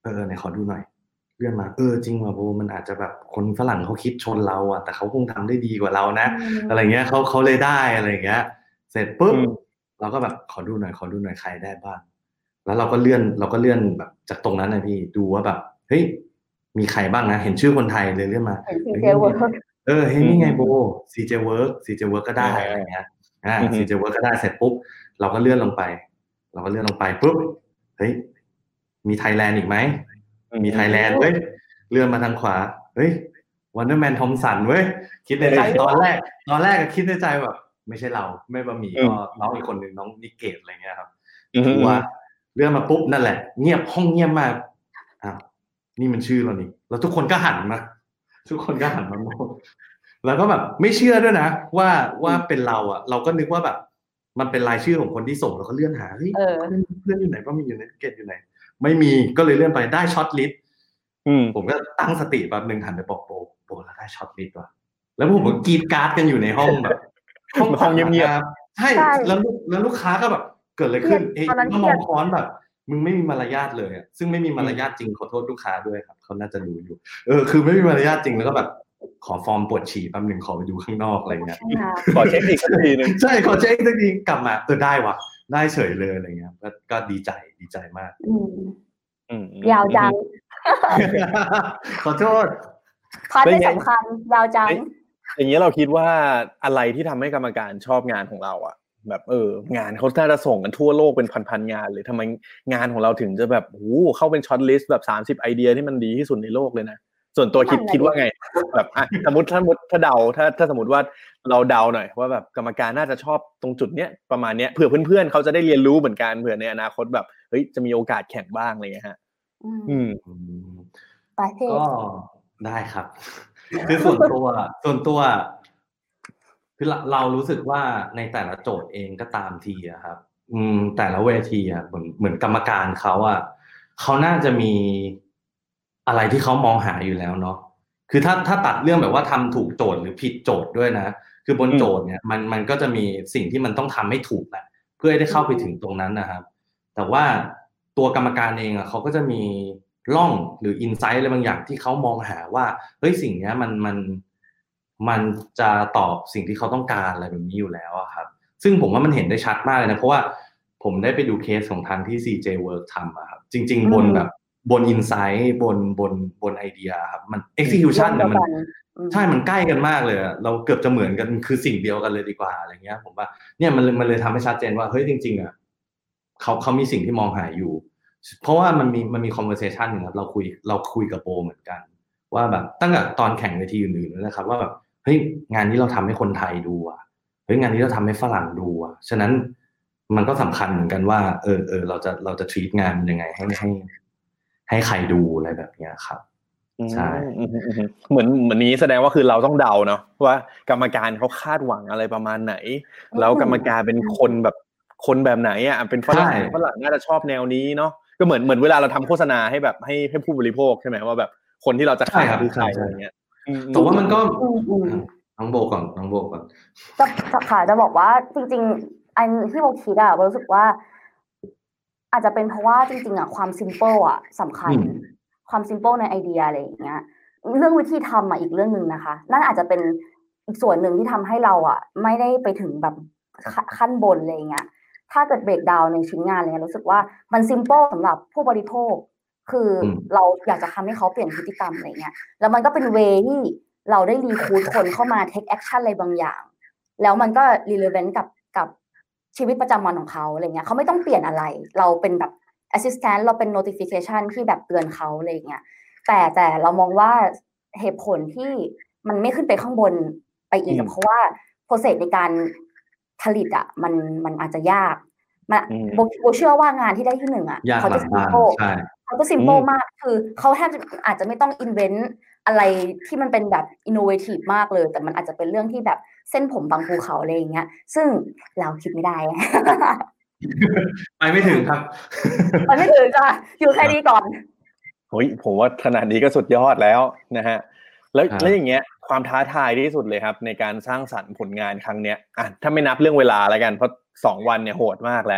เออไหนขอดูหน่อยเลื่อนมาเออจริงว่ะโบมันอาจจะแบบคนฝรั่งเขาคิดชนเราอ่ะแต่เขาคงทำได้ดีกว่าเรานะอะไรเงี้ยเขาเขาเลยได้อะไรเงี้ยเสร็จปุ๊บเราก็แบบขอดูหน่อยขอดูหน่อยใครได้บ้างแล้วเราก็เลื่อนเราก็เลื่อนแบบจากตรงนั้นนะพี่ดูว่าแบบเฮ้ยมีใครบ้างนะเห็นชื่อคนไทยเลยเลื่อนมาเออเฮ้ยนี่ไงโบ ซี เจ Work ซี เจ Work ก็ได้อะไรเงี้ยอ่า ซี เจ Work ก็ได้เสร็จปุ๊บเราก็เลื่อนลงไปเราก็เลื่อนลงไปปุ๊บเฮ้ยมีไทยแลนด์อีกไหมมีไทยแลนด์เว้ยเลื่อนมาทางขวาเฮ้ย Wonderman Thompson เว้ยคิดในใจตอนแรกตอนแรกก็คิดในใจแบบไม่ใช่เราไม่บะหมี่ก็น้องอีกคนนึงน้องนิเกตอะไรเงี้ยครับทัวร์เลื่อนมาปุ๊บนั่นแหละเงียบห้องเงียบมากอ้าวนี่มันชื่อเรานี่แล้วทุกคนก็หันมาทุกคนก็หันมามองแล้วก็แบบไม่เชื่อด้วยนะว่าว่าเป็นเราอ่ะเราก็นึกว่าแบบมันเป็นรายชื่อของคนที่ส่งแล้วก็เลื่อนหาเฮ้ยเพื่อนอยู่ไหนว่ามีอยู่ในนิเกตอยู่ไหนไม่มีก็เลยเลื่อนไปได้ช็อตลิสต์ผมก็ตั้งสติแป๊บนึงหันไปบอกโปโปแล้วได้ช็อตลิสต์ว่ะแล้วผมก็กรีดการ์ดกันอยู่ในห้องแบบห้องห้องเงียบๆใช่แล้วแล้วลูกค้าก็แบบเกิดอะไรขึ้นเอ๊ะก็มองค้อนแบบมึงไม่มีมารยาทเลยอ่ะซึ่งไม่มีมารยาทจริงขอโทษลูกค้าด้วยครับเขาน่าจะดูอยู่เออคือไม่มีมารยาทจริงแล้วก็แบบขอฟอร์มปวดฉี่แป๊บนึงขอไปดูข้างนอกอะไรเงี้ยขอเช็คอีกสักทีนึงใช่ขอเช็คอีกสักทีกลับมาเออได้ว่ะได้เฉยเลยอะไรเงี้ยก็ก็ดีใจดีใจมากยาวจังขอโทษพาร์ทที่สำคัญยาวจังอย่างนี้เราคิดว่าอะไรที่ทำให้กรรมการชอบงานของเราอ่ะแบบเอองานเขาน่าจะส่งกันทั่วโลกเป็นพันๆงานเลยทำไมงานของเราถึงจะแบบโอ้โหเข้าเป็นช็อตลิสต์แบบสามสิบไอเดียที่มันดีที่สุดในโลกเลยนะส่วนตัวคิดคิดว่าไงแบบอ่ะสมมติถ้าสมมติถ้าเดาถ้าถ้าสมมติว่าเราเดาหน่อยว่าแบบกรรมการน่าจะชอบตรงจุดเนี้ยประมาณเนี้ยเผื่อเพื่อนๆเขาจะได้เรียนรู้เหมือนกันเผื่อในอนาคตแบบเฮ้ยจะมีโอกาสแข่งบ้างอะไรเงี้ยฮะอืมก็ได้ครับคือส่วนตัวส่วนตัวคือเรารู้สึกว่าในแต่ละโจทย์เองก็ตามทีอะครับอืมแต่ละเวทีอะเหมือนเหมือนกรรมการเขาอะเขาน่าจะมีอะไรที่เขามองหาอยู่แล้วเนาะคือถ้าถ้าตัดเรื่องแบบว่าทำถูกโจทย์หรือผิดโจทย์ด้วยนะคือบนโจทย์เนี่ยมันมันก็จะมีสิ่งที่มันต้องทำให้ถูกแหละเพื่อให้ได้เข้าไปถึงตรงนั้นนะครับแต่ว่าตัวกรรมการเองอะเขาก็จะมีร่องหรืออินไซต์อะไรบางอย่างที่เขามองหาว่าเฮ้ยสิ่งนี้มันมันมันจะตอบสิ่งที่เขาต้องการอะไรแบบนี้อยู่แล้วครับซึ่งผมว่ามันเห็นได้ชัดมากเลยนะเพราะว่าผมได้ไปดูเคสของทางที่ ซี เจ Work ทำอะครับจริงๆบนแบบบนอินไซต์บนบนบนไอเดียครับมัน execution เนี่ยมันใช่มันใกล้กันมากเลยเราเกือบจะเหมือนกันคือสิ่งเดียวกันเลยดีกว่าอะไรเงี้ยผมว่าเนี่ยมันมันเลยทำให้ชัดเจนว่าเฮ้ยจริงๆอะเขาเขามีสิ่งที่มองหาอยู่เพราะว่ามันมีมันมี conversation นึงครับเราคุยเราคุยกับโบเหมือนกันว่าแบบตั้งแต่ตอนแข่งเวทีอื่นๆนะครับว่าแบบเฮ้ยงานนี้เราทำให้คนไทยดูอ่ะเฮ้ยงานนี้เราทำให้ฝรั่งดูอ่ะฉะนั้นมันก็สำคัญเหมือนกันว่าเออเออเราจะเราจะ treat งานยังไงให้ให้ให้ใครดูอะไรแบบนี้ครับใช่เหมือนเหมือนนี้แสดงว่าคือเราต้องเดาเนาะว่ากรรมการเขาคาดหวังอะไรประมาณไหนแล้วกรรมการเป็นคนแบบคนแบบไหนอ่ะเป็นฝรั่งฝรั่งน่าจะชอบแนวนี้เนาะก็เหมือนเหมือนเวลาเราทำโฆษณาให้แบบให้ให้ผู้บริโภคใช่ไหมว่าแบบคนที่เราจะขายคือใครอะไรเงี้ยแต่ว่ามันก็น้องโบก่อนน้องโบก่อนจะค่ะจะบอกว่าจริงๆอันที่โบคิดอะรู้สึกว่าอาจจะเป็นเพราะว่าจริงๆอะความซิมเปิลอะสำคัญความซิมเปิลในไอเดียอะไรอย่างเงี้ยเรื่องวิธีทำอะอีกเรื่องนึงนะคะนั่นอาจจะเป็นอีกส่วนหนึ่งที่ทำให้เราอะไม่ได้ไปถึงแบบขั้นบนอะไรเงี้ยถ้าเกิดเบรกดาวน์ในชิ้นงานเลยรู้สึกว่ามันซิมเปิลสำหรับผู้บริโภคคือเราอยากจะทำให้เขาเปลี่ยนพฤติกรรมอะไรเงี้ยแล้วมันก็เป็นเวที่เราได้รีคูดคนเข้ามา take action อะไรบางอย่างแล้วมันก็ relevant กับกับชีวิตประจำวันของเขาอะไรเงี้ยเขาไม่ต้องเปลี่ยนอะไรเราเป็นแบบ assistant เราเป็น notification ที่แบบเตือนเขาอะไรเงี้ยแต่แต่เรามองว่าเหตุผลที่มันไม่ขึ้นไปข้างบนไปอีกเพราะว่า process ในการผลิตอ่ะมันมันอาจจะยากมาโบโบเชื่อว่างานที่ได้ที่หนึ่งอ่ะเขาจะ simple เขาก็ simple มากคือเขาแทบอาจจะไม่ต้อง invent อะไรที่มันเป็นแบบ innovative มากเลยแต่มันอาจจะเป็นเรื่องที่แบบเส้นผมบางภูเขาอะไรอย่างเงี้ยซึ่งเราคิดไม่ได้ไปไม่ถึงครับไปไม่ถึงจ้ะอยู่แค่นี้ก่อนโอ้ยผมว่าขนาดนี้ก็สุดยอดแล้วนะฮะแล้วแล้วอย่างเงี้ยความท้าทายที่สุดเลยครับในการสร้างสรรค์ผลงานครั้งเนี้ยอ่ะถ้าไม่นับเรื่องเวลาแล้วกันเพราะสองวันเนี่ยโหดมากแล้ว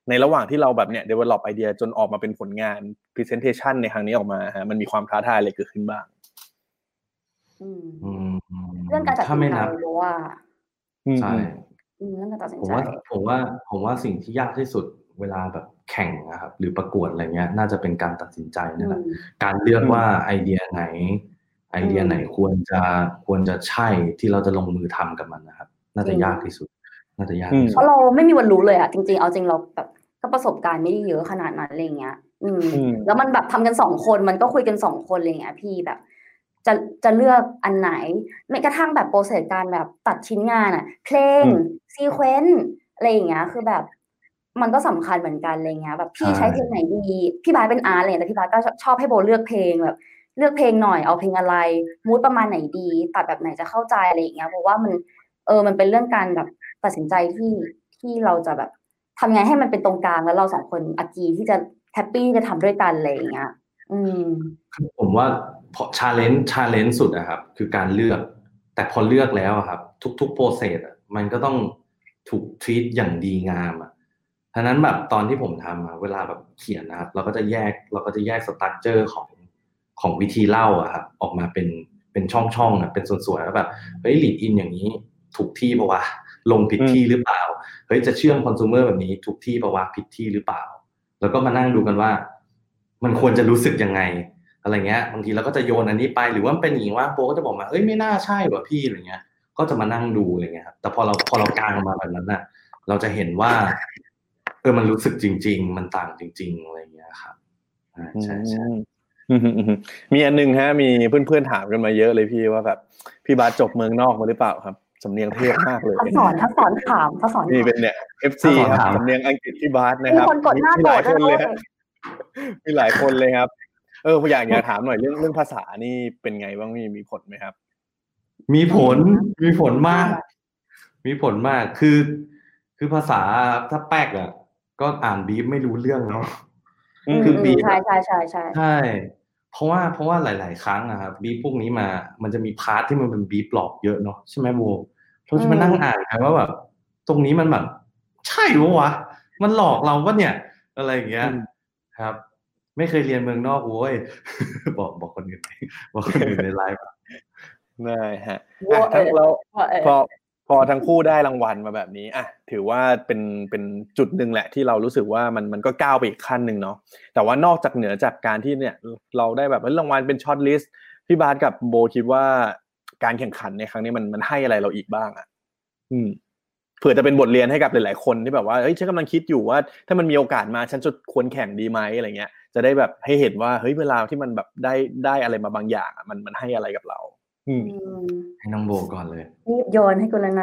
ในระหว่างที่เราแบบเนี่ย develop ไอเดียจนออกมาเป็นผลงาน presentation ในครั้งนี้ออกมาฮะมันมีความท้าทายอะไรเกิดขึ้นบ้างอืมอืมเรื่องการตัดถ้าสินไม่ใจนับเพราะว่าใช่อืมเรื่องการตัดสินผมใจว่าผมว่าผมว่าสิ่งที่ยากที่สุดเวลาแบบแข่งนะครับหรือประกวดอะไรเงี้ยน่าจะเป็นการตัดสินใจอืนี่แหมละการเลือกอืมว่าไอเดียไหน ไออืเดียมไหนควรจะควรจะใช่ที่เราจะลงมือทำกับมันนะครับ น่าจจะริงยากที่สุด น่าจะยากอืมที่เพสุดราะเราไม่มีวันรู้เลยอะจริงๆเอาจริงเราแบบก็ประสบการณ์ไม่ได้เยอะขนาดนั้นอะไรเงี้ย อืมอืมแล้วมันแบบทำกันสองคนมันก็คุยกันสองคนอะไรเงี้ยพี่แบบ จะจะเลือกอันไหนแม้กระทั่งแบบโปรเซสการแบบตัดชิ้นงานอะเพลงอืมซีเควนซ์อะไรอย่างเงี้ยคือแบบมันก็สำคัญเหมือนกันอะไรเงี้ยแบบพี่ใช่ใช้เพลงไหนดีพี่บาสเป็นอาร์ตอะไรเงี้ยแต่พี่บาสก็ชชอบให้โบเลือกเพลงแบบเลือกเพลงหน่อยเอาเพลงอะไรมูดประมาณไหนดีตัดแบบไหนจะเข้าใจอะไรอย่างเงี้ยเพราะว่ามันเออมันเป็นเรื่องการแบบตัดสินใจที่ที่เราจะแบบทำไงให้มันเป็นตรงกลางแล้วเราสองคนอากีที่จะแฮปปี้จะทำด้วยกันอะไรอย่างเงี้ยอืมผมว่าพอ challenge challenge สุดอะครับคือการเลือก แต่พอเลือกแล้วอะครับทุกๆ process อะมันก็ต้องถูก treat อย่างดีงามอะฉะนั้นแบบตอนที่ผมทำอะเวลาแบบเขียนนะครับเราก็จะแยกเราก็จะแยก structure ของของวิธีเล่าอะครับออกมาเป็นเป็นช่องๆอะเป็นส่วนๆแล้วแบบเฮ้ย lead in อย่างนี้ถูกที่ปะวะลงผิดอืมที่หรือเปล่าเฮ้ยจะเชื่อม consumer แบบนี้ถูกที่ปะวะผิดที่หรือเปล่าแล้วก็มานั่งดูกันว่ามันควรจะรู้สึกยังไงอะไรเงี้ยบางทีเราก็จะโยนอันนี้ไปหรือว่ามันเป็นอย่างนี้ว่าโปก็จะบอกมาเอ้ยไม่น่าใช่ว่ะพี่อะไรเงี้ยก็จะมานั่งดูอะไรเงี้ยครับแต่พอเราพอเรากางมาแบบนั้นน่ะเราจะเห็นว่าเออมันรู้สึกจริงๆมันต่างจริงๆอะไรเงี้ยครับอ่าใช่ใช่อืมอืมอืมมีอันนึงฮะมีเพื่อนๆถามกันมาเยอะเลยพี่ว่าแบบพี่บาสจบเมืองนอกมาหรือเปล่าครับสำเนียงเทพมากเลยถ้าสอนถ้าสอนถามถ้าสอนนี่ถามเป็นเนี่ย เอฟ ซีถ้าสอนครับถามสำเนียงอังกฤษพี่บาสนะมีครับคนกดหน้ามีโกหรลาธยคนด้เลวย ยฮะมีหลายคนเลยครับ เอออยากอยากถามหน่อยเรื่องเรื่องภาษานี่เป็นไงบ้างมีมีผลไหมครับมีผลอืมมีผลมากอ่ามีผลมาก คือคือภาษาถ้าแป๊กอ่ะก็อ่านบีฟไม่รู้เรื่องแล้วอืมอืมคืออืบีมฟใช่อะใช่ใช่ใช่ใช่ เพราะว่าเพราะว่าหลาย ๆ ครั้งอะครับบีฟพวกนี้มามันจะมีพาร์ทที่มันเป็นบีฟหลอกเยอะเนาะใช่ไหมโบเราจะมานั่งอ่านกันว่าแบบตรงนี้มันแบบใช่ปะวะมันหลอกเราปะเนี่ยอะไรอย่างเงี้ยอืมครับ ไม่เคยเรียนเมืองนอกโว้ย บอกบอกคนอื่นบอกคนอื่นในไลฟ์อะได้ฮะว่าอ่ะทั้งเออเราว่าเออพอพอทั้งคู่ได้รางวัลมาแบบนี้อ่ะถือว่าเป็นเป็นจุดหนึ่งแหละที่เรารู้สึกว่ามันมันก็ก้าวไปอีกขั้นหนึ่งเนาะแต่ว่านอกจากเหนือจากการที่เนี่ยเราได้แบบรางวัลเป็นช็อตลิสต์พี่บาสกับโบคิดว่าการแข่งขันในครั้งนี้มันมันให้อะไรเราอีกบ้างอ่ะอืมเผื่อจะเป็นบทเรียนให้กับหลายๆคนที่แบบว่าเฮ้ยฉันกำลังคิดอยู่ว่าถ้ามันมีโอกาสมาฉันจะควรแข่งดีไหมอะไรเงี้ยจะได้แบบให้เห็นว่าเฮ้ยเวลาที่มันแบบได้ได้อะไรมาบางอย่างอ่ะมันมันให้อะไรกับเราอืมอืมให้น้องโบก่อนเลยรีบโยนให้กูแล้วนะ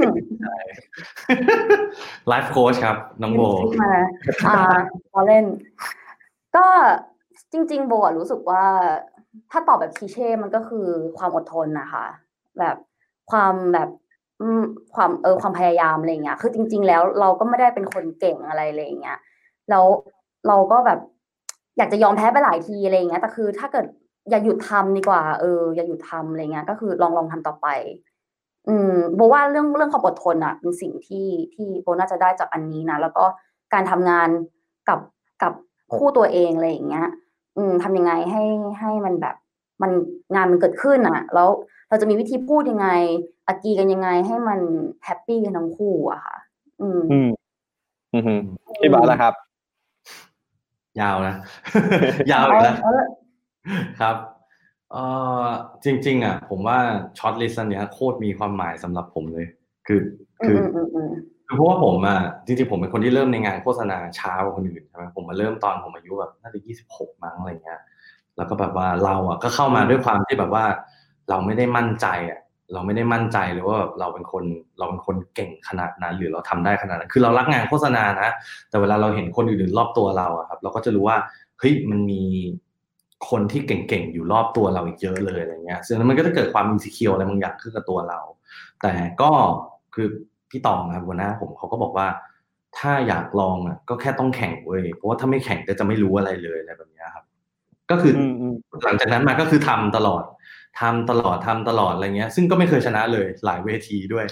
ไลฟ์โค้ชครับ น้องโบรีบมาอ่าพอเล่น ก็จริง ๆ โบอะรู้สึกว่า ถ้าตอบแบบคลีเช่มันก็คือความอดทนนะคะแบบความแบบอืมความเออความพยายามอะไรเงี้ยคือจริง ๆ แล้วเราก็ไม่ได้เป็นคนเก่งอะไรอะไรเงี้ยแล้วเราก็แบบ อยากจะยอมแพ้ไปหลายทีอะไรเงี้ยแต่คือถ้าเกิดอย่าหยุดทำดีกว่าเอออย่าหยุดทำอะไรเงี้ยก็คือลองลองทำต่อไป อืมโบว่าเรื่องเรื่องความอดทนอ่ะเป็นสิ่งที่ที่โบน่าจะได้จากอันนี้นะแล้วก็การทำงานกับกับคู่ตัวเองอะไรอย่างเงี้ย อืมทำยังไงให้ให้มันแบบ มันงานมันเกิดขึ้นอ่ะ แล้วเราจะมีวิธีพูดยังไงอากีกันยังไงให้มันแฮปปี้กันทั้งคู่อะค่ะ อืมอืมอืมพี่บาสล่ะครับยาวนะ ยาวอีกแล้วเอาเอาครับเอ่อจริง ๆ อ่ะ ผมว่าช็อตลิสต์อันเนี้ยโคตรมีความหมายสำหรับผมเลย คืออืคือมอืมอืมคือเพราะว่าผมอ่ะจริงๆผมเป็นคนที่เริ่มในงานโฆษณาช้ากว่าคนอื่นใช่ไหมผมมาเริ่มตอนผมอายุแบบน่าจะยี่สิบหกมั้งอะไรเงี้ยแล้วก็แบบว่าเราอ่ะก็เข้ามาด้วยความที่แบบว่า เราไม่ได้มั่นใจอ่ะเราไม่ได้มั่นใจเลยว่าแบบเราเป็นคนเราเป็นคนเก่งขนาดนั้นหรือเราทำได้ขนาดนั้นคือเรารักงานโฆษณานะแต่เวลาเราเห็นคนอื่นๆรอบตัวเราอ่ะครับเราก็จะรู้ว่าเฮ้ยมันมีคนที่เก่งๆอยู่รอบตัวเราอีกเยอะเลยอะไรเงี้ยซึ่งมันก็จะเกิดความอินสิเคียวอะไรบางอย่างขึ้นกับตัวเราแต่ก็คือพี่ตองครับหัวหน้าผมเขาก็บอกว่าถ้าอยากลองอ่ะก็แค่ต้องแข่งเว้ยเพราะว่าถ้าไม่แข่งก็จะไม่รู้อะไรเลยอะไรแบบนี้ครับก็คือหลังจากนั้นมาก็คือทำตลอดทำตลอดทำตลอดอะไรเงี้ยซึ่งก็ไม่เคยชนะเลยหลายเวทีด้วยค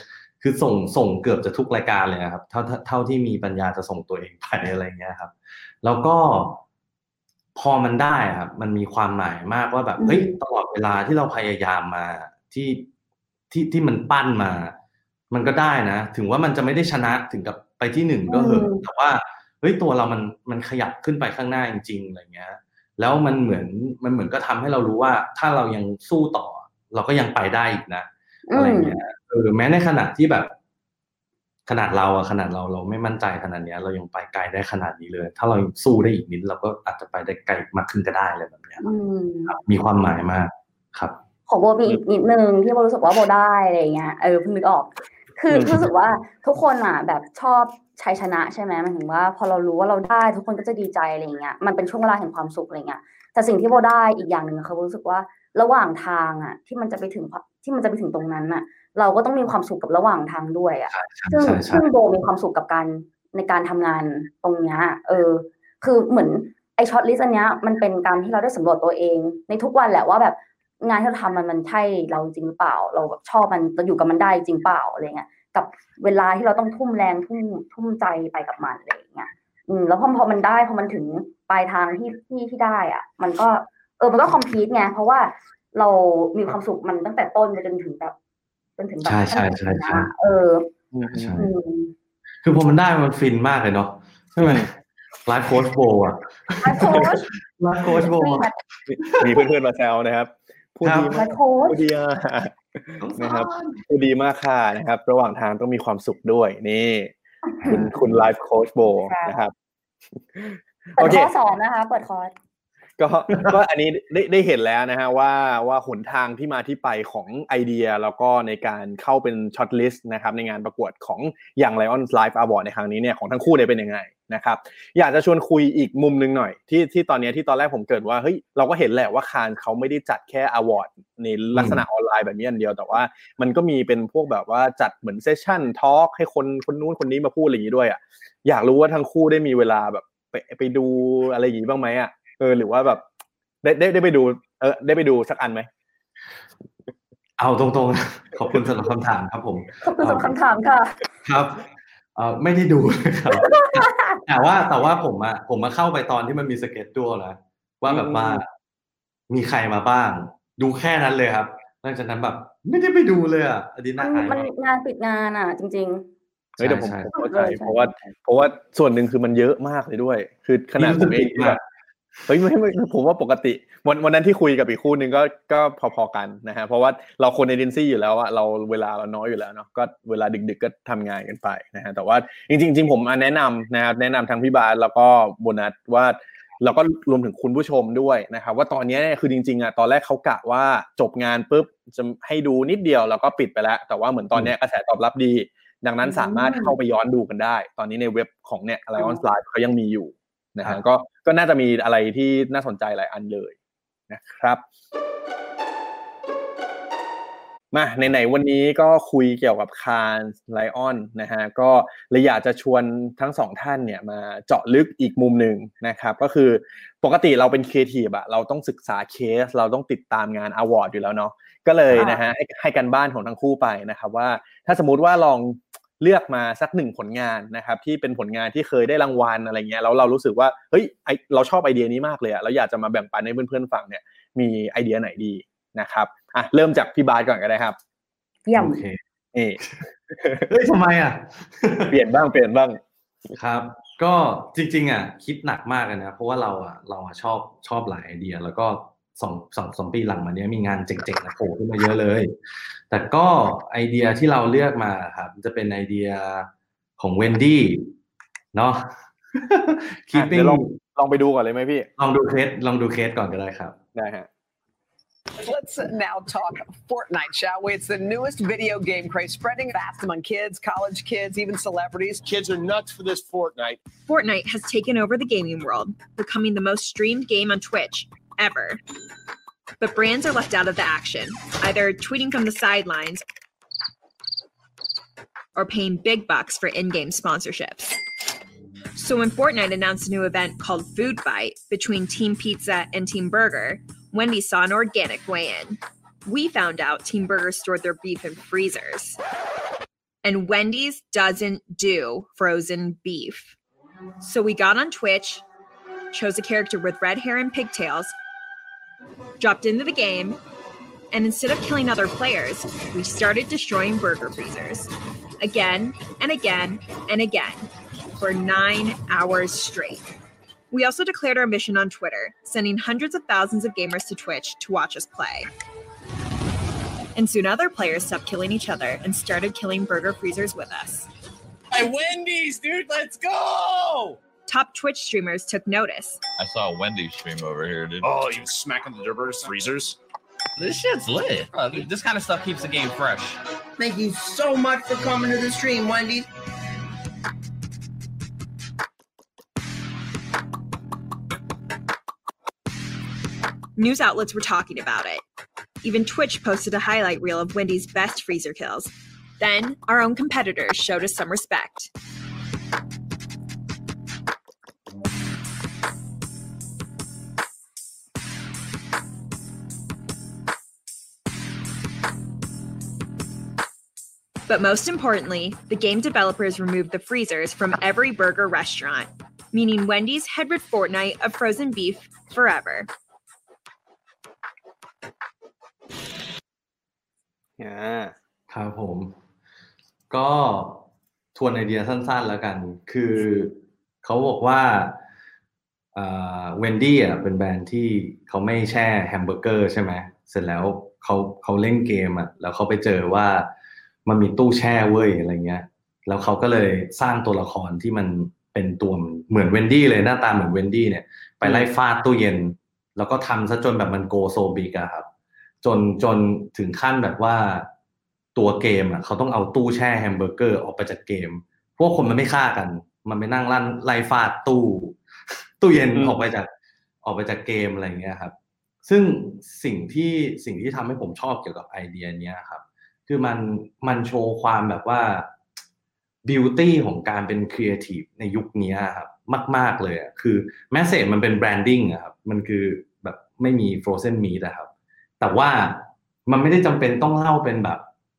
คือส่งส่งเกือบจะทุกรายการเลยครับเท่าเท่าที่มีปัญญาจะส่งตัวเองไปอะไรเงี้ยครับแล้วก็พอมันได้ครับมันมีความหมายมากว่าแบบเฮ้ยตลอดเวลาที่เราพยายามมาที่ที่ที่มันปั้นมามันก็ได้นะถึงว่ามันจะไม่ได้ชนะถึงกับไปที่หนึ่งก็เหอะแต่ว่าเฮ้ยตัวเรามันมันขยับขึ้นไปข้างหน้าจริงๆอะไรเงี้ยแล้วมันเหมือนมันเหมือนก็ทำให้เรารู้ว่าถ้าเรายังสู้ต่อเราก็ยังไปได้อีกนะอะไรเงี้ยเออแม้ในขณะที่แบบขนาดเราอะขนาดเราเราไม่มั่นใจขนาดนี้เรายังไปไกลได้ขนาดนี้เลยถ้าเราสู้ได้อีกนิดเราก็อาจจะไปได้ไกลมากขึ้นก็ได้อะไรแบบเนี้ยมีความหมายมากครับของโบมีอีกนิดนึงที่โบรู้สึกว่าโบได้อะไรเงี้ยเออเพิ่งนึกออกคือรู้สึกว่าทุกคนอ่ะแบบชอบชัยชนะใช่ไหมหมายถึงว่าพอเรารู้ว่าเราได้ทุกคนก็จะดีใจอะไรเงี้ยมันเป็นช่วงเวลาแห่งความสุขอะไรเงี้ยแต่สิ่งที่โบได้อีกอย่างหนึ่งคือโบรู้สึกว่าระหว่างทางอ่ะที่มันจะไปถึงที่มันจะไปถึงตรงนั้นอ่ะเราก็ต้องมีความสุขกับระหว่างทางด้วยอ่ะซึ่งซึ่งโบมีความสุขกับการในการทำงานตรงเนี้ยเออคือเหมือนไอช็อตลิสต์อันเนี้ยมันเป็นการที่เราได้สำรวจตัวเองในทุกวันแหละว่าแบบงานที่เราทำมันมันใช่เราจริงหรือเปล่าเราแบบชอบมันเราอยู่กับมันได้จริงเปล่าอะไรเงี้ยกับเวลาที่เราต้องทุ่มแรงทุ่มทุ่มใจไปกับมันอะไรเงี้ยอืมแล้วพอพอมันได้พอมันถึงปลายทางที่ที่ที่ได้อ่ะมันก็เออมันก็คอมพลีทไงเพราะว่าเรามีความสุขมันตั้งแต่ต้นไปจนถึงแบบจนถึงแบบใช่ใช่ใช่ใช่เออคือพอมันได้มันฟินมากเลยเนาะใช่ไหมไลฟ์โค้ชโบอ่ะไลฟ์โค้ชไลฟ์โค้ชโบมีเพื่อนๆมาแซวนะครับพูดดีมากพูดดีอ่ะนะครับพูดดีมากค่ะนะครับระหว่างทางต้องมีความสุขด้วยนี่คุณคุณไลฟ์โค้ชโบนะครับเปิดคอร์สสอนนะคะเปิดคอร์สก็ก็อันนี้ได้ได้เห็นแล้วนะฮะว่าว่าหนทางที่มาที่ไปของไอเดียแล้วก็ในการเข้าเป็นช็อตลิสต์นะครับในงานประกวดของ Young Lions Live Award ในครั้งนี้เนี่ยของทั้งคู่เนี่ยเป็นยังไงนะครับอยากจะชวนคุยอีกมุมนึงหน่อยที่ที่ตอนนี้ที่ตอนแรกผมเกิดว่าเฮ้ยเราก็เห็นแหละว่าคานเขาไม่ได้จัดแค่อวอร์ดในลักษณะออนไลน์แบบนี้อันเดียวแต่ว่ามันก็มีเป็นพวกแบบว่าจัดเหมือนเซสชั่นทอล์กให้คนคนนู้นคนนี้มาพูดอะไรอย่างนี้ด้วยอ่ะอยากรู้ว่าทั้งคู่ได้มีเวลาแบบไปไปดูอะไรอย่างนี้บ้างไหมอ่ะเออหรือว่าแบบได้ได้ได้ไปดูเออได้ไปดูสักอันไหมเอาตรงๆขอบคุณสำหรับคำถามครับผมขอบคุณสำหรับคำถามค่ะครับเออไม่ได้ดูครับแต่ว่าแต่ว่าผมอะผมมาเข้าไปตอนที่มันมีสเก็ตด้วยนะว่าแบบว่ามีใครมาบ้างดูแค่นั้นเลยครับหลังจากนั้นแบบไม่ได้ไปดูเลยอ่ะอดีตมันมันงานปิดงานอ่ะจริงๆเฮ้ยแต่ผมเข้าใจเพราะว่าเพราะว่าส่วนหนึ่งคือมันเยอะมากเลยด้วยคือขนาดผมเองแบบเฮ้ยไม่ไม่ผมว่าปกติวันวันนั้นที่คุยกับอีกคู่นึงก็ก็พอๆกันนะฮะเพราะว่าเราคนเอเจนซี่อยู่แล้วอะเราเวลาเราน้อยอยู่แล้วเนาะก็เวลาดึกๆก็ทำงานกันไปนะฮะแต่ว่าจริงๆจริงผมแนะนำนะครับแนะนำทางพี่บาสแล้วก็โบนัสว่าเราก็รวมถึงคุณผู้ชมด้วยนะครับว่าตอนนี้เนี่ยคือจริงๆอะตอนแรกเขากะว่าจบงานปุ๊บจะให้ดูนิดเดียวแล้วก็ปิดไปแล้วแต่ว่าเหมือนตอนนี้กระแสตอบรับดีดังนั้นสามารถเข้าไปย้อนดูกันได้ตอนนี้ในเว็บของเนี่ย Lions Live เขายังมีอยู่นะฮะก็ก็น่าจะมีอะไรที่น่าสนใจหลายอันเลยนะครับมาไหนๆวันนี้ก็คุยเกี่ยวกับ Cannes Lions นะฮะก็เลยอยากจะชวนทั้งสองท่านเนี่ยมาเจาะลึกอีกมุมนึงนะครับก็คือปกติเราเป็นครีเอทีฟอะเราต้องศึกษาเคสเราต้องติดตามงานอวอร์ดอยู่แล้วเนาะก็เลยนะฮะให้ให้กันบ้านของทั้งคู่ไปนะครับว่าถ้าสมมุติว่าลองเลือกมาสักหนึ่งผลงานนะครับที่เป็นผลงานที่เคยได้รางวัลอะไรเงี้ยแล้วเรารู้สึกว่าเฮ้ยไอเราชอบไอเดียนี้มากเลยอ่ะเราอยากจะมาแบ่งปันให้เพื่อนๆฟังเนี่ยมีไอเดียไหนดีนะครับอ่ะเริ่มจากพี่บาสก่อนก็ได้ครับเยี่ยมโอเคนี่เฮ้ยทำไมอ่ะเปลี่ยนบ้างเปลี่ยนบ้างครับก็จริงๆอ่ะคิดหนักมากเลยนะเพราะว่าเราอ่ะเราอ่ะชอบชอบหลายไอเดียแล้วก็สองสองสองปีหลังมาเนี้ยมีงานเจ๋งๆนะโผล่ขึ้นมาเยอะเลยแต่ก็ไอเดียที่เราเลือกมาครับจะเป็นไอเดียของเวนดี้เนาะ keeping ลองลองไปดูก่อนเลยไหมพี่ลองดูเคสลองดูเคสก่อนก็ได้ครับได้ฮะ Let's now talk Fortnite, shall we? It's the newest video game craze spreading fast among kids, college kids, even celebrities. Kids are nuts for this Fortnite. Fortnite has taken over the gaming world, becoming the most streamed game on Twitch ever. But brands are left out of the action, either tweeting from the sidelines or paying big bucks for in-game sponsorships. So when Fortnite announced a new event called Food Fight between Team Pizza and Team Burger, Wendy's saw an organic way in. We found out Team Burger stored their beef in freezers. And Wendy's doesn't do frozen beef. So we got on Twitch, chose a character with red hair and pigtails, dropped into the game, and instead of killing other players, we started destroying burger freezers. Again and again and again for nine hours straight. We also declared our mission on Twitter, sending hundreds of thousands of gamers to Twitch to watch us play. And soon other players stopped killing each other and started killing burger freezers with us. Hey, Wendy's, dude, let's go! Top Twitch streamers took notice. I saw a Wendy's stream over here, dude. Oh, you smacking the burgers, freezers? This shit's lit. Oh, dude, this kind of stuff keeps the game fresh. Thank you so much for coming to the stream, Wendy's. News outlets were talking about it. Even Twitch posted a highlight reel of Wendy's best freezer kills. Then, our own competitors showed us some respect. But most importantly, the game developers removed the freezers from every burger restaurant, meaning Wendy's had rid Fortnite of frozen beef forever. อ่าครับผมก็ทวนไอเดียสั้นๆแล้วกันคือเขาบอกว่าเอ่อเวนดี้อ่ะเป็นแบรนด์ที่เขาไม่แช่แฮมเบอร์เกอร์ใช่ไหมเสร็จแล้วเขาเขาเล่นเกมอ่ะแล้วเขาไปเจอว่ามันมีตู้แช่เว้ยอะไรเงี้ยแล้วเขาก็เลยสร้างตัวละครที่มันเป็นตัวเหมือนเวนดี้เลยหน้าตาเหมือนเวนดี้เนี่ยไปไล่ฟาดตู้เย็นแล้วก็ทำซะจนแบบมันโกโซบิกอะครับจนจนถึงขั้นแบบว่าตัวเกมอ่ะเขาต้องเอาตู้แช่แฮมเบอร์เกอร์ออกไปจากเกมพวกคนมันไม่ฆ่ากันมันไปนั่งลั่นไล่ฟาดตู้ตู้เย็นออกไปจากออกไปจากเกมอะไรเงี้ยครับซึ่งสิ่งที่สิ่งที่ทำให้ผมชอบเกี่ยวกับไอเดียเนี้ยครับคือมันมันโชว์ความแบบว่าบิวตี้ของการเป็นครีเอทีฟในยุคนี้ครับมากๆเลยอ่ะคือแมสเสจมันเป็นแบรนดิ้งอ่ะครับมันคือแบบไม่มีฟรอเซนมีทอะครับแต่ว่ามันไม่ได้จำเป็นต้องเล่าเป็นแบบ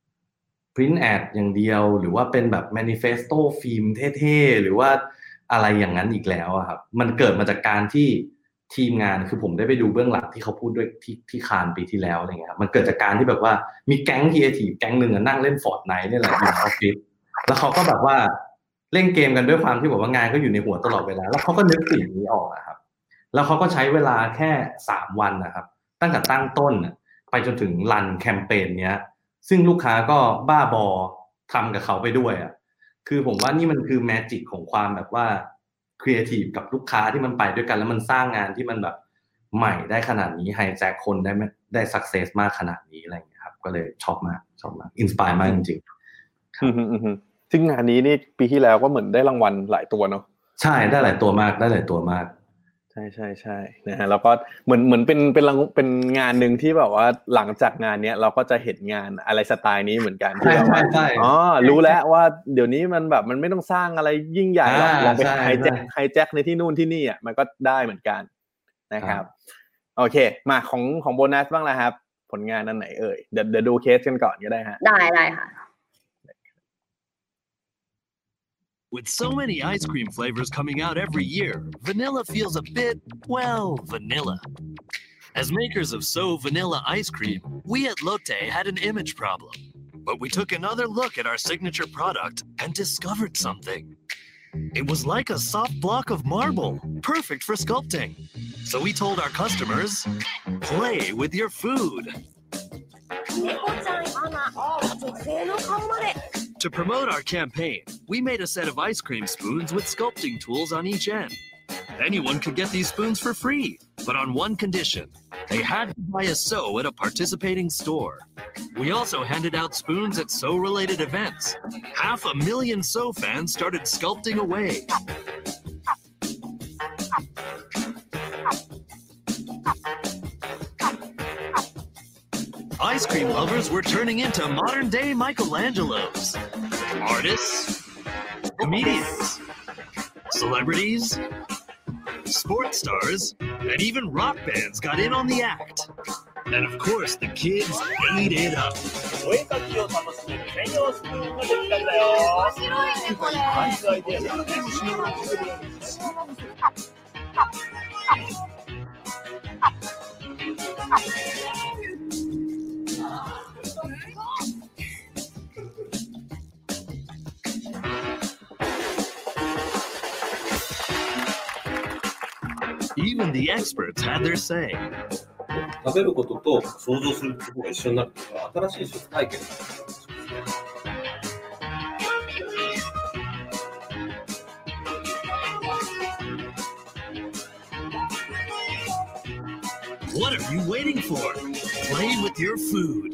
print ad อย่างเดียวหรือว่าเป็นแบบ manifesto ฟิล์มเท่ๆหรือว่าอะไรอย่างนั้นอีกแล้วอะครับมันเกิดมาจากการที่ทีมงานคือผมได้ไปดูเบื้องหลังที่เขาพูดด้วยที่ที่คานปีที่แล้วอะไรเงี้ยครับมันเกิดจากการที่แบบว่ามีแก๊งครีเอทีฟแก๊งนึงนั่งเล่น Fortnite นี่แหละอยู่ในออฟฟิศแล้วเขาก็แบบว่าเล่นเกมกันด้วยความที่แบบว่างานก็อยู่ในหัวตลอดเวลาแล้วเขาก็นึกสิ่งนี้ออกอะครับแล้วเขาก็ใช้เวลาแค่สามวันนะครับตั้งแต่ตั้งต้นไปจนถึงรันแคมเปญเนี้ยซึ่งลูกค้าก็บ้าบอทำกับเขาไปด้วยอ่ะคือผมว่านี่มันคือแมจิกของความแบบว่าครีเอทีฟกับลูกค้าที่มันไปด้วยกันแล้วมันสร้างงานที่มันแบบใหม่ได้ขนาดนี้ไฮแจ็คคนได้ได้สักเซสมากขนาดนี้อะไรอย่างเงี้ยครับก็เลยชอบมากชอบมากอินสไปร์มากจริงๆอืมๆซึ่งงานนี้นี่ปีที่แล้วก็เหมือนได้รางวัลหลายตัวเนาะใช่ได้หลายตัวมากได้หลายตัวมากใช่ๆๆนะฮะแล้วก็เหมือนเหมือนเป็นเป็นเป็นงานนึงที่แบบว่าหลังจากงานเนี้ยเราก็จะเห็นงานอะไรสไตล์นี้เหมือนกันที่แบบว่าอ๋อรู้แล้วว่าเดี๋ยวนี้มันแบบมันไม่ต้องสร้างอะไรยิ่งใหญ่หรอกลองไปไฮแจ็คไฮแจ็คในที่นู่นที่นี่อ่ะมันก็ได้เหมือนกันนะครับโอเคมาของของโบนัสบ้างแล้วครับผลงานอันไหนเอ่ยเดี๋ยวเดี๋ยวดูเคสกันก่อนก็ได้ฮะได้ได้ค่ะ With so many ice cream flavors coming out every year, vanilla feels a bit, well, vanilla. As makers of So Vanilla ice cream, we at Lotte had an image problem. But we took another look at our signature product and discovered something. It was like a soft block of marble, perfect for sculpting. So we told our customers, play with your food. To promote our campaign, we made a set of ice cream spoons with sculpting tools on each end. Anyone could get these spoons for free, but on one condition. They had to buy a So at a participating store. We also handed out spoons at So-related events. Half a million So fans started sculpting away. Ice cream lovers were turning into modern-day Michelangelos. Artists, comedians, celebrities, sports stars, and even rock bands got in on the act. And of course, the kids ate it up. お絵かきを楽しめる専用スプーンができたんだよ。面白いねこれ。アイスアイデアでゲームしながら食べるようにして。 Even the experts had their say. 食べることと想像することが一緒になるというか、新しい食体験になる。 What are you waiting for? Play with your food.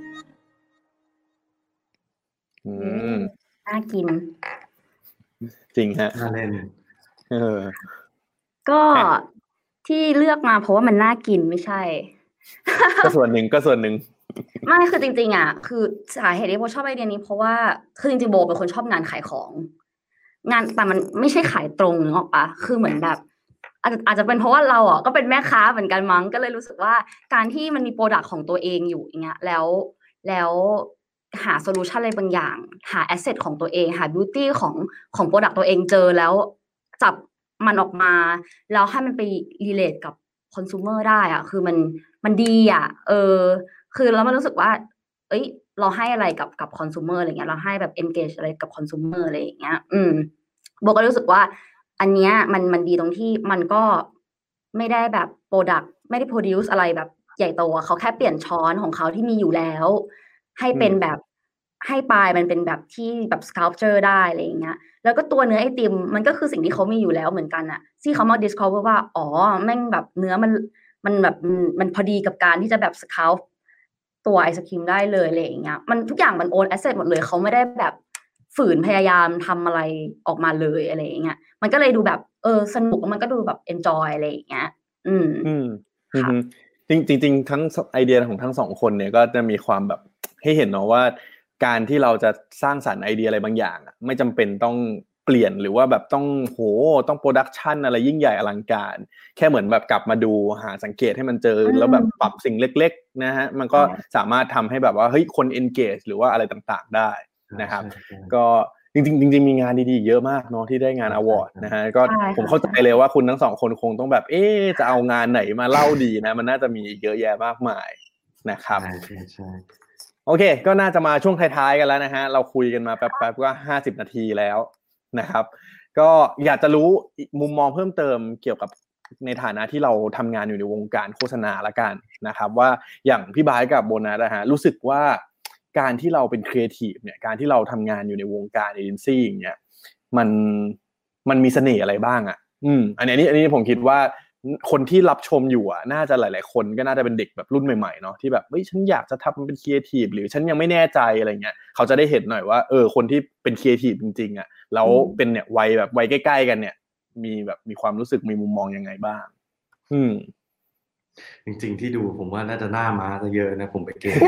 อืมน่ากินจริงฮะน่าเล่นเออก็ที่เลือกมาเพราะว่ามันน่ากินไม่ใช่ก็ส่วนหนึ่งก็ส่วนหนึ่งไม่คือจริงๆอ่ะคือสาเหตุที่โบชอบไอเดียนี้เพราะว่าคือจริงๆโบเป็นคนชอบงานขายของ งานแต่มันไม่ใช่ขายตรงนึกออกปะคือเหมือนแบบ อาจจะอาจจะเป็นเพราะว่าเราอ่ะก็เป็นแม่ค้าเหมือนกันมั้งก็เลยรู้สึกว่าการที่มันมีโปรดักต์ของตัวเองอยู่อย่างเงี้ยแล้วแล้วหาโซลูชันอะไรบางอย่างหาแอสเซทของตัวเองหาบิวตี้ของของโปรดักต์ตัวเองเจอแล้วจับมันออกมาแล้วให้มันไปรีเลทกับคอน sumer ได้อ่ะคือมันมันดีอ่ะเออคือแล้วมันรู้สึกว่าเอ้ยเราให้อะไรกับกับคอน sumer อะไรเงี้ยเราให้แบบ engage อะไรกับคอน sumer อะไรอย่างเงี้ยอืมโบก็รู้สึกว่าอันเนี้ยมันมันดีตรงที่มันก็ไม่ได้แบบ product ไม่ได้ produce อะไรแบบใหญ่โตเขาแค่เปลี่ยนช้อนของเขาที่มีอยู่แล้วให้เป็นแบบให้ปลายมันเป็นแบบที่แบบ sculpture ได้อะไรอย่างเงี้ยแล้วก็ตัวเนื้อไอติมมันก็คือสิ่งที่เขามีอยู่แล้วเหมือนกันอะที่เขามา discover ว่าอ๋อแม่งแบบเนื้อมันมันแบบมันพอดีกับการที่จะแบบ sculpt ตัวไอศกรีมได้เลยอะไรอย่างเงี้ยมันทุกอย่างมัน own asset หมดเลยเขาไม่ได้แบบฝืนพยายามทำอะไรออกมาเลยอะไรอย่างเงี้ยมันก็เลยดูแบบเออสนุกมันก็ดูแบบ enjoy อะไรอย่างเงี้ยอืมอืมจริงจริงๆทั้งไอเดียของทั้งสองคนเนี่ยก็จะมีความแบบให้เห็นเนาะว่าการที่เราจะสร้างสรรค์ไอเดียอะไรบางอย่างอ่ะไม่จำเป็นต้องเปลี่ยนหรือว่าแบบต้องโหต้องโปรดักชันอะไรยิ่งใหญ่อลังการแค่เหมือนแบบกลับมาดูหาสังเกตให้มันเจอแล้วแบบปรับสิ่งเล็กๆนะฮะมันก็สามารถทำให้แบบว่าเฮ้ยคน engage หรือว่าอะไรต่างๆได้นะครับก็จริงๆจริงๆมีงานดีๆเยอะมากเนาะที่ได้งานอวอร์ดนะฮะก็ผมเข้าใจเลยว่าคุณทั้งสองคนคงต้องแบบเอ๊ะจะเอางานไหนมาเล่าดีนะมันน่าจะมีเยอะแยะมากมายนะครับใช่โอเคก็น่าจะมาช่วงท้ายๆกันแล้วนะฮะเราคุยกันมาแป๊บๆก็ห้าสิบนาทีแล้วนะครับก็อยากจะรู้มุมมองเพิ่มเติมเกี่ยวกับในฐานะที่เราทำงานอยู่ในวงการโฆษณาละกันนะครับว่าอย่างพี่บายกับโบนัสนะฮะรู้สึกว่าการที่เราเป็นครีเอทีฟเนี่ยการที่เราทำงานอยู่ในวงการเอเจนซี่อย่างเงี้ยมันมันมีเสน่ห์อะไรบ้างอ่ะอืมอันนี้อันนี้ผมคิดว่าคนที่รับชมอยู่อ่ะน่าจะหลายๆคนก็น่าจะเป็นเด็กแบบรุ่นใหม่ๆเนาะที่แบบเฮ้ยฉันอยากจะทำเป็นครีเอทีฟหรือฉันยังไม่แน่ใจอะไรเงี้ยเขาจะได้เห็นหน่อยว่าเออคนที่เป็นครีเอทีฟจริงๆอ่ะแล้วเป็นเนี่ยวัยแบบวัยใกล้ๆกันเนี่ยมีแบบมีความรู้สึกมีมุมมองยังไงบ้างอืมจริงๆที่ดูผมว่าน่าจะหน้าม้าซะเยอะนะผมไปเกณฑ์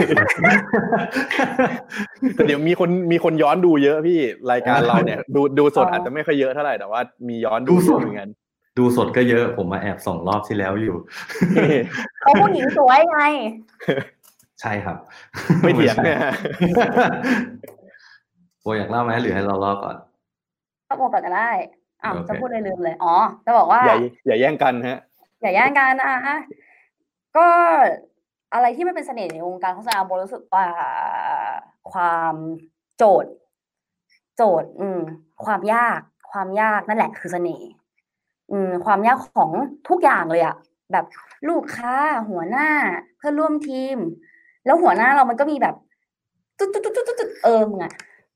แต่เดี๋ยวมีคนมีคนย้อนดูเยอะพี่รายการเราเนี่ยดูดูสดอาจจะไม่ค่อยเยอะเท่าไหร่แต่ว่ามีย้อนดูเหมือนกันดูสดก็เยอะผมมาแอบส่องรอบที่แล้วอยู่เขาผู้หญิงสวยไงใช่ครับไม่เถียงเนี่ยโบอยากเล่าไหมหรือให้เราเล่าก่อนก็บอกก่อนก็ได้อ้าวจะพูดเลยลืมเลยอ๋อจะบอกว่าอย่าอย่าแย่งกันฮะอย่าแย่งกันอ่ะก็อะไรที่มันเป็นเสน่ห์ในวงการโฆษณาโบรู้สึกว่าความโจทย์โจทย์อืมความยากความยากนั่นแหละคือเสน่ห์อืมความยากของทุกอย่างเลยอะแบบลูกค้าหัวหน้าเพื่อนร่วมทีมแล้วหัวหน้าเรามันก็มีแบบตุ๊ดตุ๊ดตุ๊ดตุ๊ดเออมึงอะ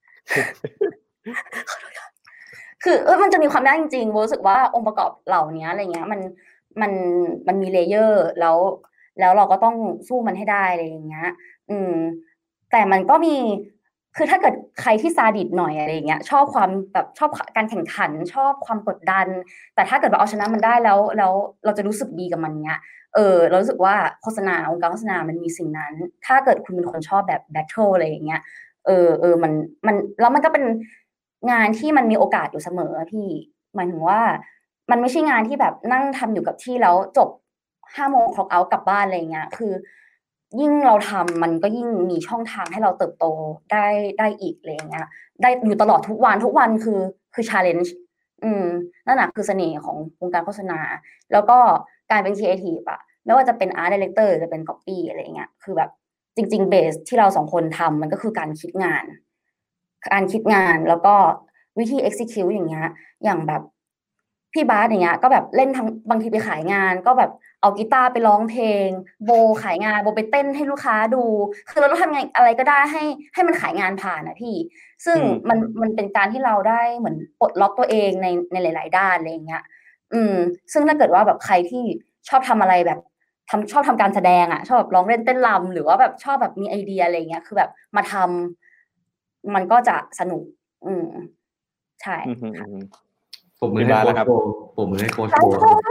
คือเออมันจะมีความยากจริงๆโบรู้สึกว่าองค์ประกอบเหล่านี้อะไรเงี้ยมันมันมันมีเลเยอร์แล้วแล้วเราก็ต้องสู้มันให้ได้อะไรอย่างเงี้ยอืมแต่มันก็มีคือถ้าเกิดใครที่ซาดิสหน่อยอะไรอย่างเงี้ยชอบความแบบชอบการแข่งขันชอบความกดดันแต่ถ้าเกิดว่าเอาชนะมันได้แล้วแล้วเราจะรู้สึกดีกับมันเงี้ยเออเรารู้สึกว่าโฆษณาองค์การโฆษณามันมีสิ่งนั้นถ้าเกิดคุณเป็นคนชอบแบบแบทเทิลอะไรอย่างเงี้ยเออเออมันมันแล้วมันก็เป็นงานที่มันมีโอกาสอยู่เสมอพี่หมายถึงว่ามันไม่ใช่งานที่แบบนั่งทำอยู่กับที่แล้วจบห้าโมงคล็อกเอาท์กลับบ้านอะไรเงี้ยคือยิ่งเราทำมันก็ยิ่งมีช่องทางให้เราเติบโตได้ได้อีกอะไรอย่างเงี้ยได้อยู่ตลอดทุกวันทุกวันคือคือ challenge อืมนั่นน่ะคือเสน่ห์ของวงการโฆษณาแล้วก็การเป็น creative อะไม่ว่าจะเป็น art director หรือจะเป็น copy อะไรอย่างเงี้ยคือแบบจริงๆเบสที่เราสองคนทำมันก็คือการคิดงานการคิดงานแล้วก็วิธี execute อย่างเงี้ยอย่างแบบพี่บาสอย่างเงี้ยก็แบบเล่นทั้งบางทีไปขายงานก็แบบเอากีตาร์ไปร้องเพลงโบขายงานโบไปเต้นให้ลูกค้าดูคือเราต้องทำไงอะไรก็ได้ให้ให้มันขายงานผ่านนะพี่ซึ่งมันมันเป็นการที่เราได้เหมือนปลดล็อกตัวเองในในหลายๆด้านอะไรอย่างเงี้ยอืมซึ่งถ้าเกิดว่าแบบใครที่ชอบทำอะไรแบบทำชอบทำการแสดงอ่ะชอบแบบร้องเล่นเต้นรำหรือว่าแบบชอบแบบมีไอเดียอะไรเงี้ยคือแบบมาทำมันก็จะสนุกอืมใช่ผมมือให้โค้ชโบผมมือให้โค้ชโบ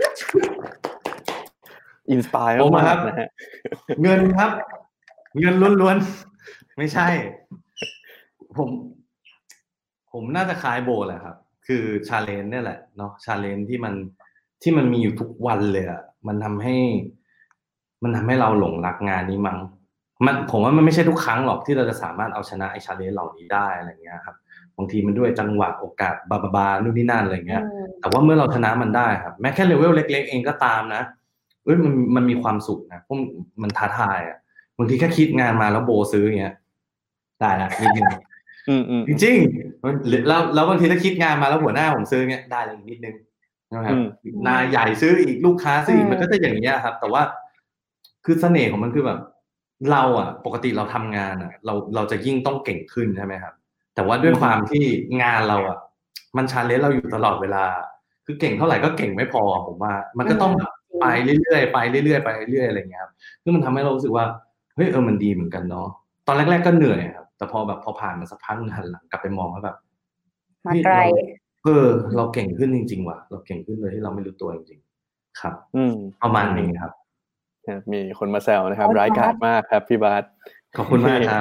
อินสไปร์มากนะฮะเงินครับเงินล้วนๆไม่ใช่ผมผมน่าจะคล้ายโบแหละครับคือชาเลนจ์เนี่ยแหละเนาะชาเลนจ์ที่มันที่มันมีอยู่ทุกวันเลยอ่ะมันทำให้มันทำให้เราหลงรักงานนี้มั้งมันผมว่ามันไม่ใช่ทุกครั้งหรอกที่เราจะสามารถเอาชนะไอ้ชาเลนจ์เหล่านี้ได้อะไรเงี้ยครับบางทีมันด้วยจังหวะโอกาสบาบาบานู่นนี่นั่นอะไรเงี้ยแต่ว่าเมื่อเราชนะมันได้ครับแม้แค่เลเวลเล็กๆเองก็ตามนะเอ้ยมันมันมีความสุขนะเพราะมันท้าทายอ่ะบางทีแค่คิดงานมาแล้วโบซื้ออย่างเงี้ยได้ละนิดนึงจริงๆแล้วแล้วบางทีถ้าคิดงานมาแล้วหัวหน้าผมซื้อเงี้ยได้เลยนิดนึงนะครับนายใหญ่ซื้ออีกลูกค้าซื้ออีกมันก็จะอย่างเงี้ยครับแต่ว่าคือเสน่ห์ของมันคือแบบเราอ่ะปกติเราทำงานอ่ะเราเราจะยิ่งต้องเก่งขึ้นใช่ไหมครับแต่ว่าด้วยความที่งานเราอ่ะมันชาเลนจ์เราอยู่ตลอดเวลาคือเก่งเท่าไหร่ก็เก่งไม่พอผมว่ามันก็ต้องไปเรื่อยๆไปเรื่อยๆไปเรื่อยๆอะไรเงี้ยครับซึ่งมันทำให้เรารู้สึกว่าเฮ้ยเออมันดีเหมือนกันเนาะตอนแรกๆก็เหนื่อยครับแต่พอแบบพอผ่านมาสักพักหันหลังกลับไปมองแล้วแบบมาไกลเออเราเก่งขึ้นจริงๆว่ะเราเก่งขึ้นเลยที่เราไม่รู้ตัวจริงๆครับอืมประมาณนี้ครับมีคนมาแซวนะครับร้ายกาจมากครับพี่บาสขอบคุณมากครับ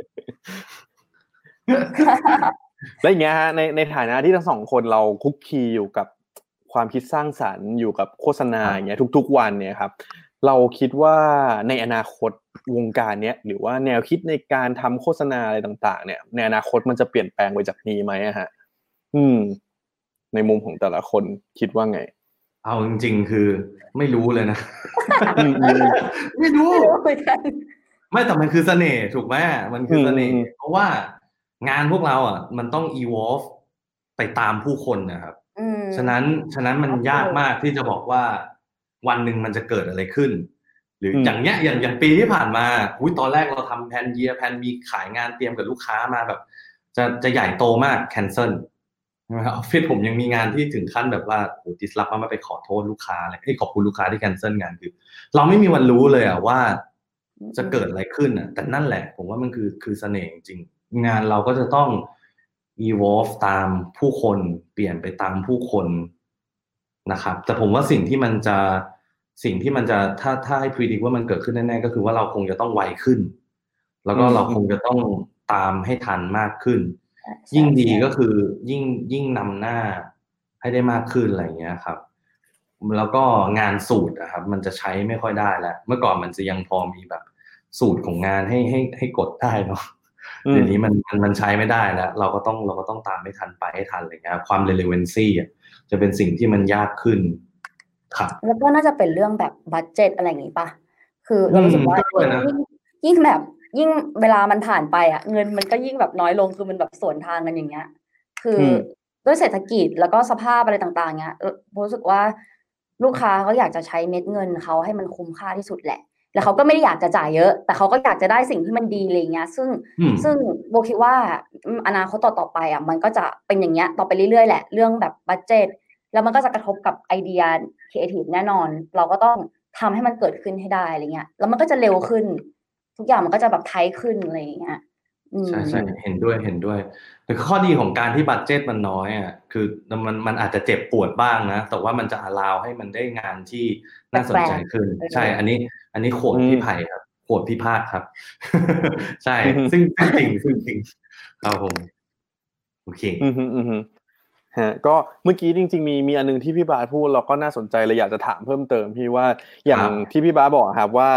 แล้วอย่างเงี้ยฮะในในฐานะที่ทั้งสองคนเราคุกคีอยู่กับความคิดสร้างสรรค์อยู่กับโฆษณาอย่างเงี้ยทุกๆวันเนี่ยครับเราคิดว่าในอนาคตวงการเนี้ยหรือว่าแนวคิดในการทำโฆษณาอะไรต่างๆเนี่ยในอนาคตมันจะเปลี่ยนแปลงไปจากนี้ไหมอะฮะอืมในมุมของแต่ละคนคิดว่าไงเอาจริงๆคือไม่รู้เลยนะไม่รู้ไม่แต่มันคือเสน่ห์ถูกไหมมันคือเสน่ห์เพราะว่างานพวกเราอ่ะมันต้อง evolve ไปตามผู้คนนะครับฉะนั้นฉะนั้นมันยากมากที่จะบอกว่าวันหนึ่งมันจะเกิดอะไรขึ้นหรืออย่างเงี้ยอย่างอย่างปีที่ผ่านมาอุ้ยตอนแรกเราทำแพนเยียแพนมีขายงานเตรียมกับลูกค้ามาแบบจะจะใหญ่โตมากแคนเซิลใช่ไหมครับออฟฟิศผมยังมีงานที่ถึงขั้นแบบว่าโหดิสรับมาไปขอโทษลูกค้าอะไรเอ้ยขอบคุณลูกค้าที่แคนเซิลงานคือเราไม่มีวันรู้เลยอ่ะว่าจะเกิดอะไรขึ้นอ่ะแต่นั่นแหละผมว่ามันคือคือเสน่ห์จริงงานเราก็จะต้อง evolve ตามผู้คนเปลี่ยนไปตามผู้คนนะครับแต่ผมว่าสิ่งที่มันจะสิ่งที่มันจะถ้าถ้าให้ predict ว่ามันเกิดขึ้นแน่ๆก็คือว่าเราคงจะต้องไวขึ้นแล้วก็เราคงจะต้องตามให้ทันมากขึ้นยิ่งดีก็คือยิ่งยิ่งนำหน้าให้ได้มากขึ้นอะไรอย่างเงี้ยครับแล้วก็งานสูตรนะครับมันจะใช้ไม่ค่อยได้แล้วเมื่อก่อนมันจะยังพอมีแบบสูตรของงานให้ให้ให้กดได้เนาะเดี๋ยวนี้มันมันมันใช้ไม่ได้แล้วเราก็ต้องเราก็ต้องตามให้ทันไปให้ทันอะไรเงี้ยความ relevancy อ่ะจะเป็นสิ่งที่มันยากขึ้นครับแล้วก็น่าจะเป็นเรื่องแบบบัดเจ็ตอะไรอย่างงี้ป่ะคือเรารู้สึกว่ายิ่งยิ่งแบบยิ่งเวลามันผ่านไปอ่ะเงินมันก็ยิ่งแบบน้อยลงคือมันแบบสวนทางกันอย่างเงี้ยคือด้วยเศรษฐกิจแล้วก็สภาพอะไรต่างๆเงี้ยรู้สึกว่าลูกค้าเขาอยากจะใช้เม็ดเงินเขาให้มันคุ้มค่าที่สุดแหละแล้วเขาก็ไม่ได้อยากจะจ่ายเยอะแต่เขาก็อยากจะได้สิ่งที่มันดีอะไรเงี้ยซึ่งซึ่งโบคิดว่าอนาคตต่อๆไปอ่ะมันก็จะเป็นอย่างเงี้ยต่อไปเรื่อยๆแหละเรื่องแบบบัดเจ็ตแล้วมันก็จะกระทบกับไอเดียครีเอทีฟแน่นอนเราก็ต้องทำให้มันเกิดขึ้นให้ได้อะไรเงี้ยแล้วมันก็จะเร็วขึ้นทุกอย่างมันก็จะแบบไทยขึ้นอะไรอย่างเงี้ยใช่ใช่เห็นด้วยเห็นด้วยแต่ข้อดีของการที่บัดเจ็ตมันน้อยอ่ะคือมันมันอาจจะเจ็บปวดบ้างนะแต่ว่ามันจะอลาวให้มันได้งานที่น่าสนใจขึ้นใช่อันนี้อันนี้โขดพี่ไผ่ครับโขดพี่ภาคครับใช่ซึ่งจริงซึ่งจริงครับผมโอเคฮะก็เมื่อกี้จริงๆมีมีอันนึงที่พี่บาสพูดเราก็น่าสนใจเลยอยากจะถามเพิ่มเติมพี่ว่าอย่างที่พี่บาสบอกครับว่า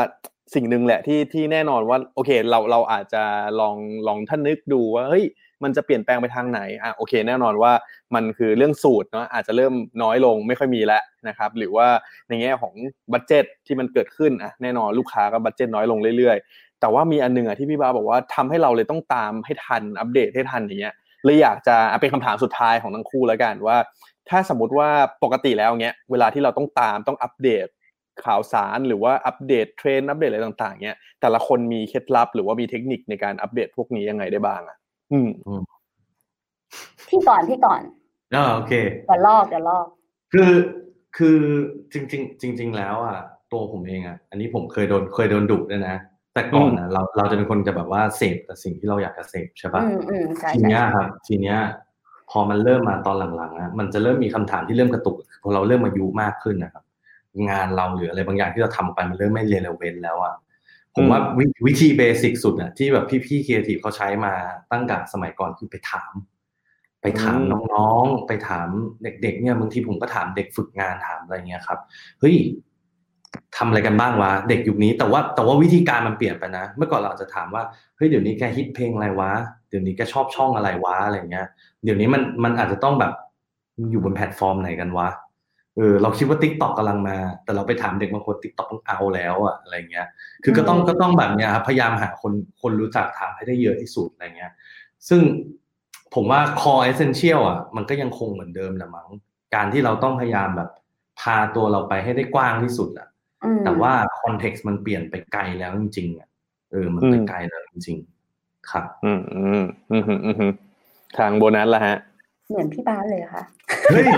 สิ่งหนึ่งแหละที่ที่แน่นอนว่าโอเคเราเราอาจจะลองลองท่านนึกดูว่าเฮ้ยมันจะเปลี่ยนแปลงไปทางไหนอ่ะโอเคแน่นอนว่ามันคือเรื่องสูตรเนาะอาจจะเริ่มน้อยลงไม่ค่อยมีแล้วนะครับหรือว่าในแง่ของบัดเจ็ตที่มันเกิดขึ้นอ่ะแน่นอนลูกค้าก็บัดเจ็ตน้อยลงเรื่อยๆแต่ว่ามีอันนึงอ่ะที่พี่บาบอกว่าทำให้เราเลยต้องตามให้ทันอัปเดตให้ทันอย่างเงี้ยเลยอยากจะเป็นคำถามสุดท้ายของทั้งคู่แล้วกันว่าถ้าสมมติว่าปกติแล้วเงี้ยเวลาที่เราต้องตามต้องอัปเดตข่าวสารหรือว่าอัปเดตเทรนด์อัปเดตอะไรต่างๆเงี้ยแต่ละคนมีเคล็ดลับหรือว่ามีเทคนิคในการอัปเดตพวกนี้ยังไงได้บ้างอ่ะอืมพี่ก่อนพี่ก่อนอ่าโอเคเดี๋ยวลอกเดี๋ยวลอกคือคือจริงๆจริงๆแล้วอ่ะตัวผมเองอ่ะอันนี้ผมเคยโดนเคยโดนดุด้วยนะแต่ก่อนนะเราเราจะเป็นคนจะแบบว่าเสพแต่สิ่งที่เราอยากจะเสพใช่ป่ะทีเนี้ยครับทีเนี้ยพอมันเริ่มมาตอนหลังๆอ่ะมันจะเริ่มมีคำถามที่เริ่มกระตุกพอเราเริ่มอายุมากขึ้นนะครับงานเราหรืออะไรบางอย่างที่เราทำไปมันเริ่มไม่เรเลเวนต์แล้วอ่ะผมว่าวิธีเบสิกสุดอ่ะที่แบบพี่ๆครีเอทีฟเขาใช้มาตั้งแต่สมัยก่อนคือไปถามไปถามน้องๆไปถามเด็กๆเนี่ยบางทีผมก็ถามเด็กฝึกงานถามอะไรเงี้ยครับเฮ้ยทำอะไรกันบ้างวะเด็กยุคนี้แต่ว่าแต่ว่าวิธีการมันเปลี่ยนไปนะเมื่อก่อนเราจะถามว่าเฮ้ยเดี๋ยวนี้แกฮิตเพลงอะไรวะเดี๋ยวนี้แกชอบช่องอะไรวะอะไรเงี้ยเดี๋ยวนี้มันมันอาจจะต้องแบบอยู่บนแพลตฟอร์มไหนกันวะเออเราคิดว่า TikTok กำลังมาแต่เราไปถามเด็กบางคน TikTok ต้องเอาแล้วอะอะไรเงี้ยคือก็ต้องก็ต้องแบบเนี้ยครับพยายามหาคนคนรู้จักถามให้ได้เยอะที่สุดอะไรเงี้ยซึ่งผมว่า core essential อ่ะมันก็ยังคงเหมือนเดิมแหละมั้งการที่เราต้องพยายามแบบพาตัวเราไปให้ได้กว้างที่สุดอ่ะแต่ว่า context มันเปลี่ยนไปไกลแล้วจริงๆอ่ะเออมันไปไกลแล้วจริงๆครับอืมอืมอืมอืมทางโบนัสล่ะฮะเหมือนพี่บ้านเลยค่ะเฮ้ย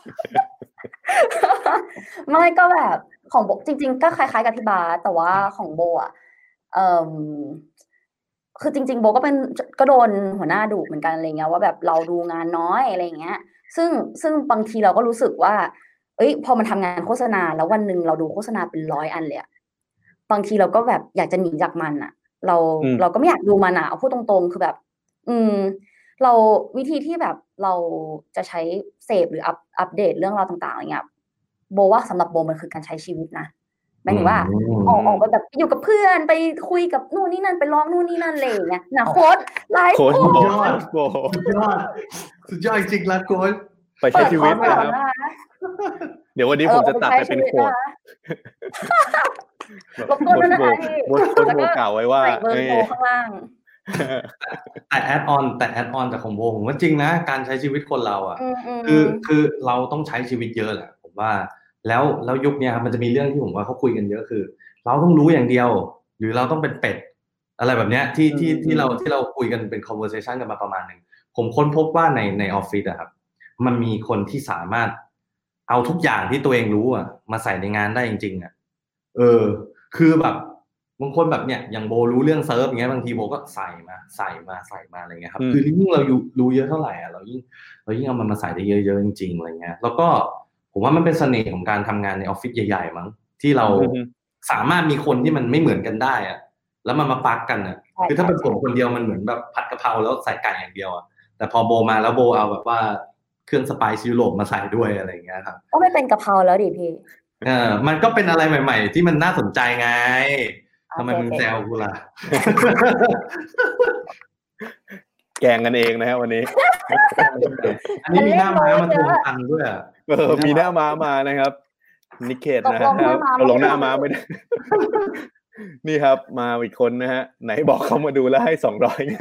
ไม่ก็แบบของโบจริงๆก็คล้ายๆกับพี่บ้านแต่ว่าของโบอ่ะเอ่อคือจริงๆโบก็เป็นก็โดนหัวหน้าดุเหมือนกันอะไรเงี้ยว่าแบบเราดูงานน้อยอะไรเงี้ยซึ่งซึ่งบางทีเราก็รู้สึกว่าเอ้ยพอมันทำงานโฆษณาแล้ววันนึงเราดูโฆษณาเป็นร้อยอันเลยบางทีเราก็แบบอยากจะหนีจากมันอ่ะเราเราก็ไม่อยากดูมันอ่ะเอาพูดตรงๆคือแบบอืมเราวิธีที่แบบเราจะใช้เสพหรืออัปอัปเดตเรื่องราวต่างๆอะไรเงี้ยโบว่าสำหรับโบมันคือการใช้ชีวิตนะหมายถึงว่าออกออกไปแบบอยู่กับเพื่อนไปคุยกับนู่นนี่นั่นไปร้องนู่นนี่นั่นอะไรอย่างเงี้ยนะโค้ชไลฟ์โค้ชสุดยอดสุดยอดสุดยอดจริงละโค้ชไปใช้ชีวิตนะครับเดี๋ยววันนี้ผมจะตัดไปเป็นโค้ชรบกวนนะคะพี่โค้ชโบกล่าวไว้ว่าใส่เบอร์โทรข้างล่างแต่แอดออนแต่แอดออนจากของโบผมว่าจริงนะการใช้ชีวิตคนเราอ่ะคือคือเราต้องใช้ชีวิตเยอะแหละผมว่าแล้วแล้วยุคนี้ครับมันจะมีเรื่องที่ผมว่าเขาคุยกันเยอะคือเราต้องรู้อย่างเดียวหรือเราต้องเป็นเป็ดอะไรแบบเนี้ยที่ที่ที่เราที่เราคุยกันเป็น conversation กันมาประมาณนึงผมค้นพบว่าในในออฟฟิศอะครับมันมีคนที่สามารถเอาทุกอย่างที่ตัวเองรู้อะมาใส่ในงานได้จริงๆอะเออคือแบบบางคนแบบเนี้ยอย่างโบรู้เรื่องเซิร์ฟอย่างเงี้ยบางทีโบก็ใส่มาใส่มาใส่มาอะไรเงี้ยครับคือยิ่งเรารู้เยอะเท่าไหร่อะเรายิ่งเรายิ่งเอามันมาใส่ได้เยอะๆจริงๆอะไรเงี้ยแล้วก็ผมว่ามันเป็นเสน่ห์ของการทำงานในออฟฟิศใหญ่ๆมั้งที่เราสามารถมีคนที่มันไม่เหมือนกันได้อะแล้วมันมาปักกันอะคือถ้าเป็นผมคนเดียวมันเหมือนแบบผัดกะเพราแล้วใส่ไก่อย่างเดียวอะแต่พอโบมาแล้วโบเอาแบบว่าเครื่องสไปซ์ยุโรปมาใส่ด้วยอะไรอย่างเงี้ยครับก็ไม่เป็นกะเพราแล้วดิพี่เออมันก็เป็นอะไรใหม่ๆที่มันน่าสนใจไงทำไมมึงแซวกูล่ะแกงกันเองนะฮะวันนี้อันนี้มีหน้าม้ามาทวงตังค์ด้วยเออมีหน้าม้ามานะครับนิเคทนะฮะเราลงหน้าม้าไม่ได้นี่ครับมาอีกคนนะฮะไหนบอกเขามาดูแล้วให้สองร้อยไง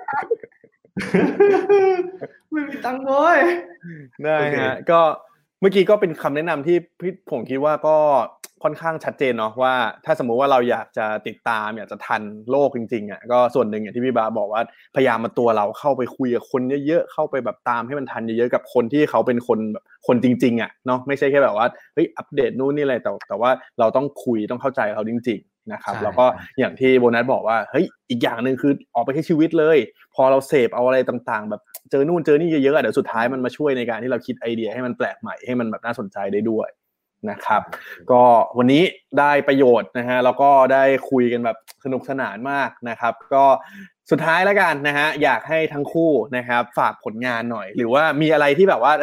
ไม่มีตังค์เลยได้ฮะก็เมื่อกี้ก็เป็นคำแนะนำที่พี่ผมคิดว่าก็ค่อนข้างชัดเจนเนาะว่าถ้าสมมุติว่าเราอยากจะติดตามอยากจะทันโลกจริงๆอ่ะก็ส่วนหนึ่งอย่างที่พี่บาบอกว่าพยายามมาตัวเราเข้าไปคุยกับคนเยอะๆเข้าไปแบบตามให้มันทันเยอะๆกับคนที่เขาเป็นคนแบบคนจริงๆอ่ะเนาะไม่ใช่แค่แบบว่าเฮ้ยอัปเดตนู่นนี่อะไรแต่แต่ว่าเราต้องคุยต้องเข้าใจเขาจริงๆนะครับแล้วก็อย่างที่โบนัสบอกว่าเฮ้ยอีกอย่างนึงคือออกไปใช้ชีวิตเลยพอเราเสพเอาอะไรต่างๆแบบเจอนู่นเจอนี่เยอะๆเดี๋ยวสุดท้ายมันมาช่วยในการที่เราคิดไอเดียให้มันแปลกใหม่ให้มันแบบน่าสนใจได้ด้วยนะครับก็วันนี้ได้ประโยชน์นะฮะแล้วก็ได้คุยกันแบบสนุกสนานมากนะครับก็สุดท้ายแล้วกันนะฮะอยากให้ทั้งคู่นะครับฝากผลงานหน่อยหรือว่ามีอะไรที่แบบว่าเอ้ย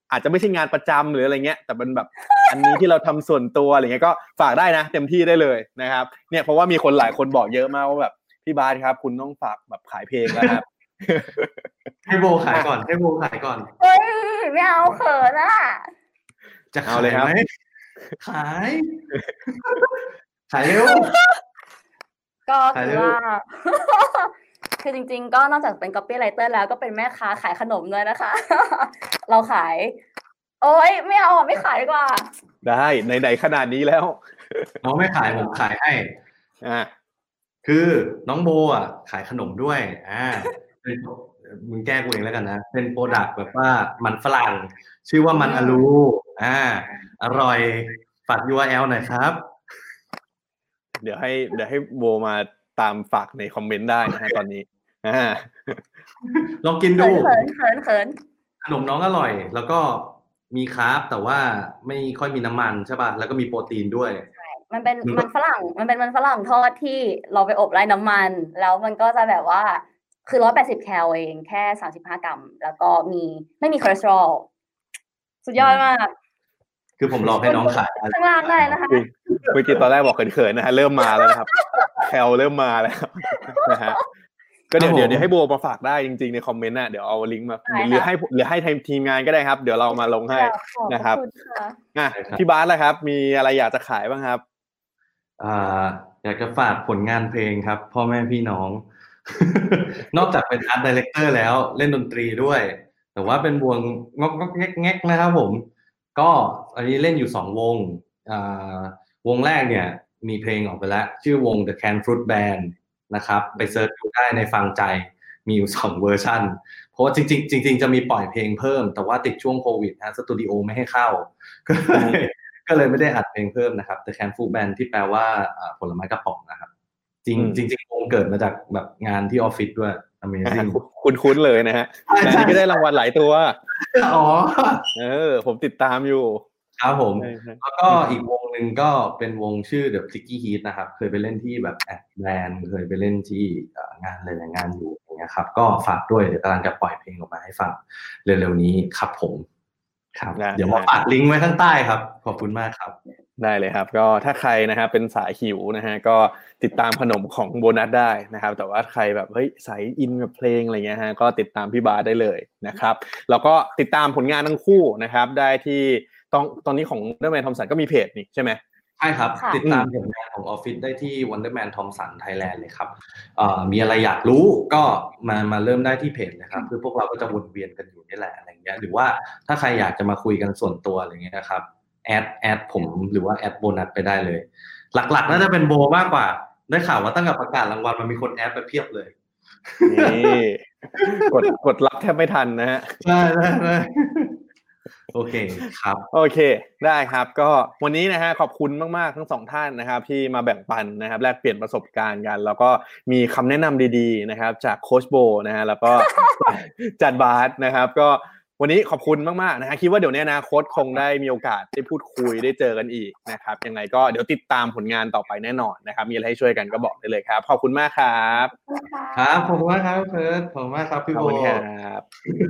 อาจจะไม่ใช่งานประจำหรืออะไรเงี้ยแต่เป็นแบบอันนี้ที่เราทำส่วนตัวอะไรเงี้ยก็ฝากได้นะเต็มที่ได้เลยนะครับเนี่ยเพราะว่ามีคนหลายคนบอกเยอะมากว่าแบบพี่บาสครับคุณต้องฝากแบบขายเพลงแล้วครับให้โบขายก่อนให้โบขายก่อนเฮ้ยไม่เอาเขินอ่ะจะขายไหมขายขายเร็วก็คือว่าคือจริงๆก็นอกจากเป็น copywriter แล้วก็เป็นแม่ค้าขายขนมด้วยนะคะเราขายโอ๊ยไม่เอาไม่ขายดีกว่าได้ไหนๆขนาดนี้แล้วน้องไม่ขายผมขายให้อ่าคือน้องโบอ่ะขายขนมด้วยอ่าเป็นมึงแก้กูเองแล้วกันนะเป็นโปรดักต์แบบว่ามันฝรั่งชื่อว่ามันอลูอ่าอร่อยฝาก ยู อาร์ แอล หน่อยครับเดี๋ยวให้เดี๋ยวให้โบมาตามฝากในคอมเมนต์ได้นะฮะตอนนี้อ่าลองกินดูเขินเขินเขินขนมน้องอร่อยแล้วก็มีคาร์บแต่ว่าไม่ค่อยมีน้ำมันใช่ป่ะแล้วก็มีโปรตีนด้วยใช่มันเป็นมันฝรั่งมันเป็นมันฝรั่งทอดที่เราไปอบไร้น้ำมันแล้วมันก็จะแบบว่าคือหนึ่งร้อยแปดสิบแคลเองแค่สามสิบห้ากรัมแล้วก็มีไม่มีคอเลสเตอรอลสุดยอดมากคือผมลองให้น้องขายข้างล่างได้นะคะเมื่อกี้ตอนแรกบอกเขินๆนะฮะเริ่มมาแล้วนะครับแคลเริ่มมาแล้วนะฮะก็เดี๋ยวเดี๋ยวเดี๋ยวให้โบมาฝากได้จริงๆในคอมเมนต์น่ะเดี๋ยวเอาลิงก์มาหรือให้หรือให้ทีมงานก็ได้ครับเดี๋ยวเรามาลงให้นะครับอ่ะพี่บาสล่ะครับมีอะไรอยากจะขายบ้างครับอ่าอยากจะฝากผลงานเพลงครับพ่อแม่พี่น้อง นอกจากเป็นอาร์ตไดเรคเตอร์แล้วเล่นดนตรีด้วยแต่ว่าเป็นวงงอกงอกแงกๆนะครับผมก็อันนี้เล่นอยู่สองวงอ่าวงแรกเนี่ยมีเพลงออกไปแล้วชื่อวง The Can Fruit Band นะครับไปเซิร์ชดูได้ในฟังใจมีอยู่สองเวอร์ชันเพราะว่าจริงๆจริงๆจะมีปล่อยเพลงเพิ่มแต่ว่าติดช่วงโควิดนะสตูดิโอไม่ให้เข้าก็เลยก็เลยไม่ได้อัดเพลงเพิ่มนะครับ The Can Fruit Band ที่แปลว่าผลไม้กระป๋องนะครับจริงจริงๆวงเกิดมาจากแบบงานที่ออฟฟิศด้วย Amazing คุ้นๆเลยนะฮะแต่นี่ก็ได้รางวัลหลายตัวอ๋อเออผมติดตามอยู่ครับผมแล้วก็อีกวงหนึ่งก็เป็นวงชื่อ The Sticky Heat นะครับเคยไปเล่นที่แบบแอดแลนด์เคยไปเล่นที่งานหลายๆงานอยู่อย่างเงี้ยครับก็ฝากด้วยเดี๋ยวกำลังจะปล่อยเพลงออกมาให้ฟังเร็วๆนี้ครับผมครับเดี๋ยวมาฝากลิงก์ไว้ข้างใต้ครับขอบคุณมากครับได้เลยครับก็ถ้าใครนะฮะเป็นสายหิวนะฮะก็ติดตามขนมของโบนัสได้นะครับแต่ว่าใครแบบเฮ้ยสายอินกับเพลงอะไรเงี้ยฮะก็ติดตามพี่บาสได้เลยนะครับแล้วก็ติดตามผลงานทั้งคู่นะครับได้ที่ตอนตอนนี้ของ Wonderman Thompson ก็มีเพจนี่ใช่ไหมใช่ครับติดตามผลงานของออฟฟิศได้ที่ Wonderman Thompson Thailand เลยครับเอ่อมีอะไรอยากรู้ก็มามาเริ่มได้ที่เพจนะครับคือพวกเราก็จะวนเวียนกันอยู่นี่แหละอะไรเงี้ยหรือว่าถ้าใครอยากจะมาคุยกันส่วนตัวอะไรเงี้ยนะครับแอดแอดผมหรือว่าแอดโบนัสไปได้เลยหลักๆน่าจะเป็นโบมากกว่าได้ข่าวว่าตั้งแต่ประกาศรางวัลมันมีคนแอดไปเพียบเลยนี่กดกดรับแทบไม่ทันนะฮะใช่โอเคครับโอเคได้ครับก็วันนี้นะฮะขอบคุณมากๆทั้งสองท่านนะครับที่มาแบ่งปันนะครับแลกเปลี่ยนประสบการณ์กันแล้วก็มีคำแนะนำดีๆนะครับจากโค้ชโบนะฮะแล้วก็จัดบาสนะครับก็วันนี้ขอบคุณมากๆนะฮะคิดว่าเดี๋ยวในอนาคตคงได้มีโอกาสได้พูดคุยได้เจอกันอีกนะครับยังไงก็เดี๋ยวติดตามผลงานต่อไปแน่นอนนะครับมีอะไรให้ช่วยกันก็บอกได้เลยครับขอบคุณมากครับครับขอบคุณมากครับเพิร์ทขอบคุณมากครับพี่โบครับ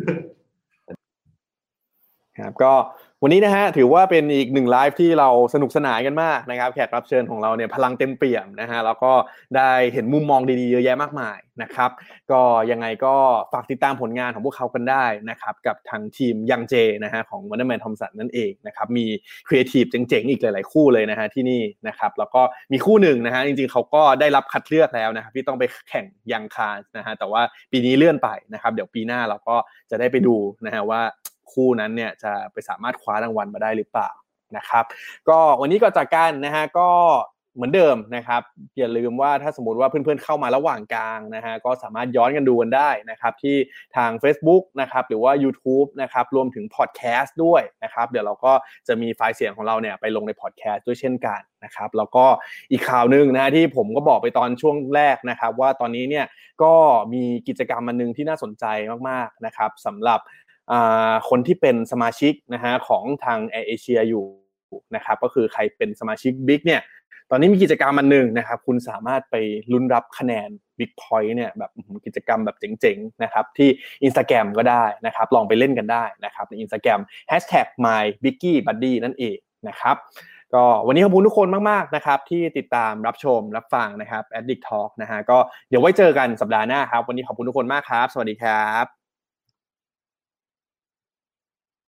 ครับก็วันนี้นะฮะถือว่าเป็นอีกหนึ่งไลฟ์ที่เราสนุกสนานกันมากนะครับแขกรับเชิญของเราเนี่ยพลังเต็มเปี่ยมนะฮะแล้วก็ได้เห็นมุมมองดีๆเยอะแยะมากมายนะครับก็ยังไงก็ฝากติดตามผลงานของพวกเขากันได้นะครับกับทางทีมยังเจนะฮะของ Wonderman Thompson นั่นเองนะครับมีครีเอทีฟเจ๋งๆอีกหลายๆคู่เลยนะฮะที่นี่นะครับแล้วก็มีคู่หนึ่งนะฮะจริงๆเขาก็ได้รับคัดเลือกแล้วนะครับที่ต้องไปแข่งยังคานนะฮะแต่ว่าปีนี้เลื่อนไปนะครับเดี๋ยวปีหน้าเราก็จะได้ไปดูนะฮะว่าคู่นั้นเนี่ยจะไปสามารถคว้ารางวัลมาได้หรือเปล่านะครับก็วันนี้ก็จากกันนะฮะก็เหมือนเดิมนะครับอย่าลืมว่าถ้าสมมุติว่าเพื่อนๆเข้ามาระหว่างกลางนะฮะก็สามารถย้อนกันดูกันได้นะครับที่ทาง Facebook นะครับหรือว่า YouTube นะครับรวมถึงพอดแคสต์ด้วยนะครับเดี๋ยวเราก็จะมีไฟล์เสียงของเราเนี่ยไปลงในพอดแคสต์ด้วยเช่นกันนะครับแล้วก็อีกข่าวนึงนะฮะที่ผมก็บอกไปตอนช่วงแรกนะครับว่าตอนนี้เนี่ยก็มีกิจกรรมอันนึงที่น่าสนใจมากๆนะครับสำหรับคนที่เป็นสมาชิกนะฮะของทาง Air Asia อยู่นะครับก็คือใครเป็นสมาชิก Big เนี่ยตอนนี้มีกิจกรรมอันนึงนะครับคุณสามารถไปลุ้นรับคะแนน Big Point เนี่ยแบบกิจกรรมแบบเจ๋งๆนะครับที่ Instagram ก็ได้นะครับลองไปเล่นกันได้นะครับใน Instagram แฮชแท็ก ไมค์ บิ๊กกี้ บัดดี้ นั่นเองนะครับก็วันนี้ขอบคุณทุกคนมากๆนะครับที่ติดตามรับชมรับฟังนะครับ Addict Talk นะฮะก็เดี๋ยวไว้เจอกันสัปดาห์หน้าครับวันนี้ขอบคุณทุกคนมากครับสวัสดีครับ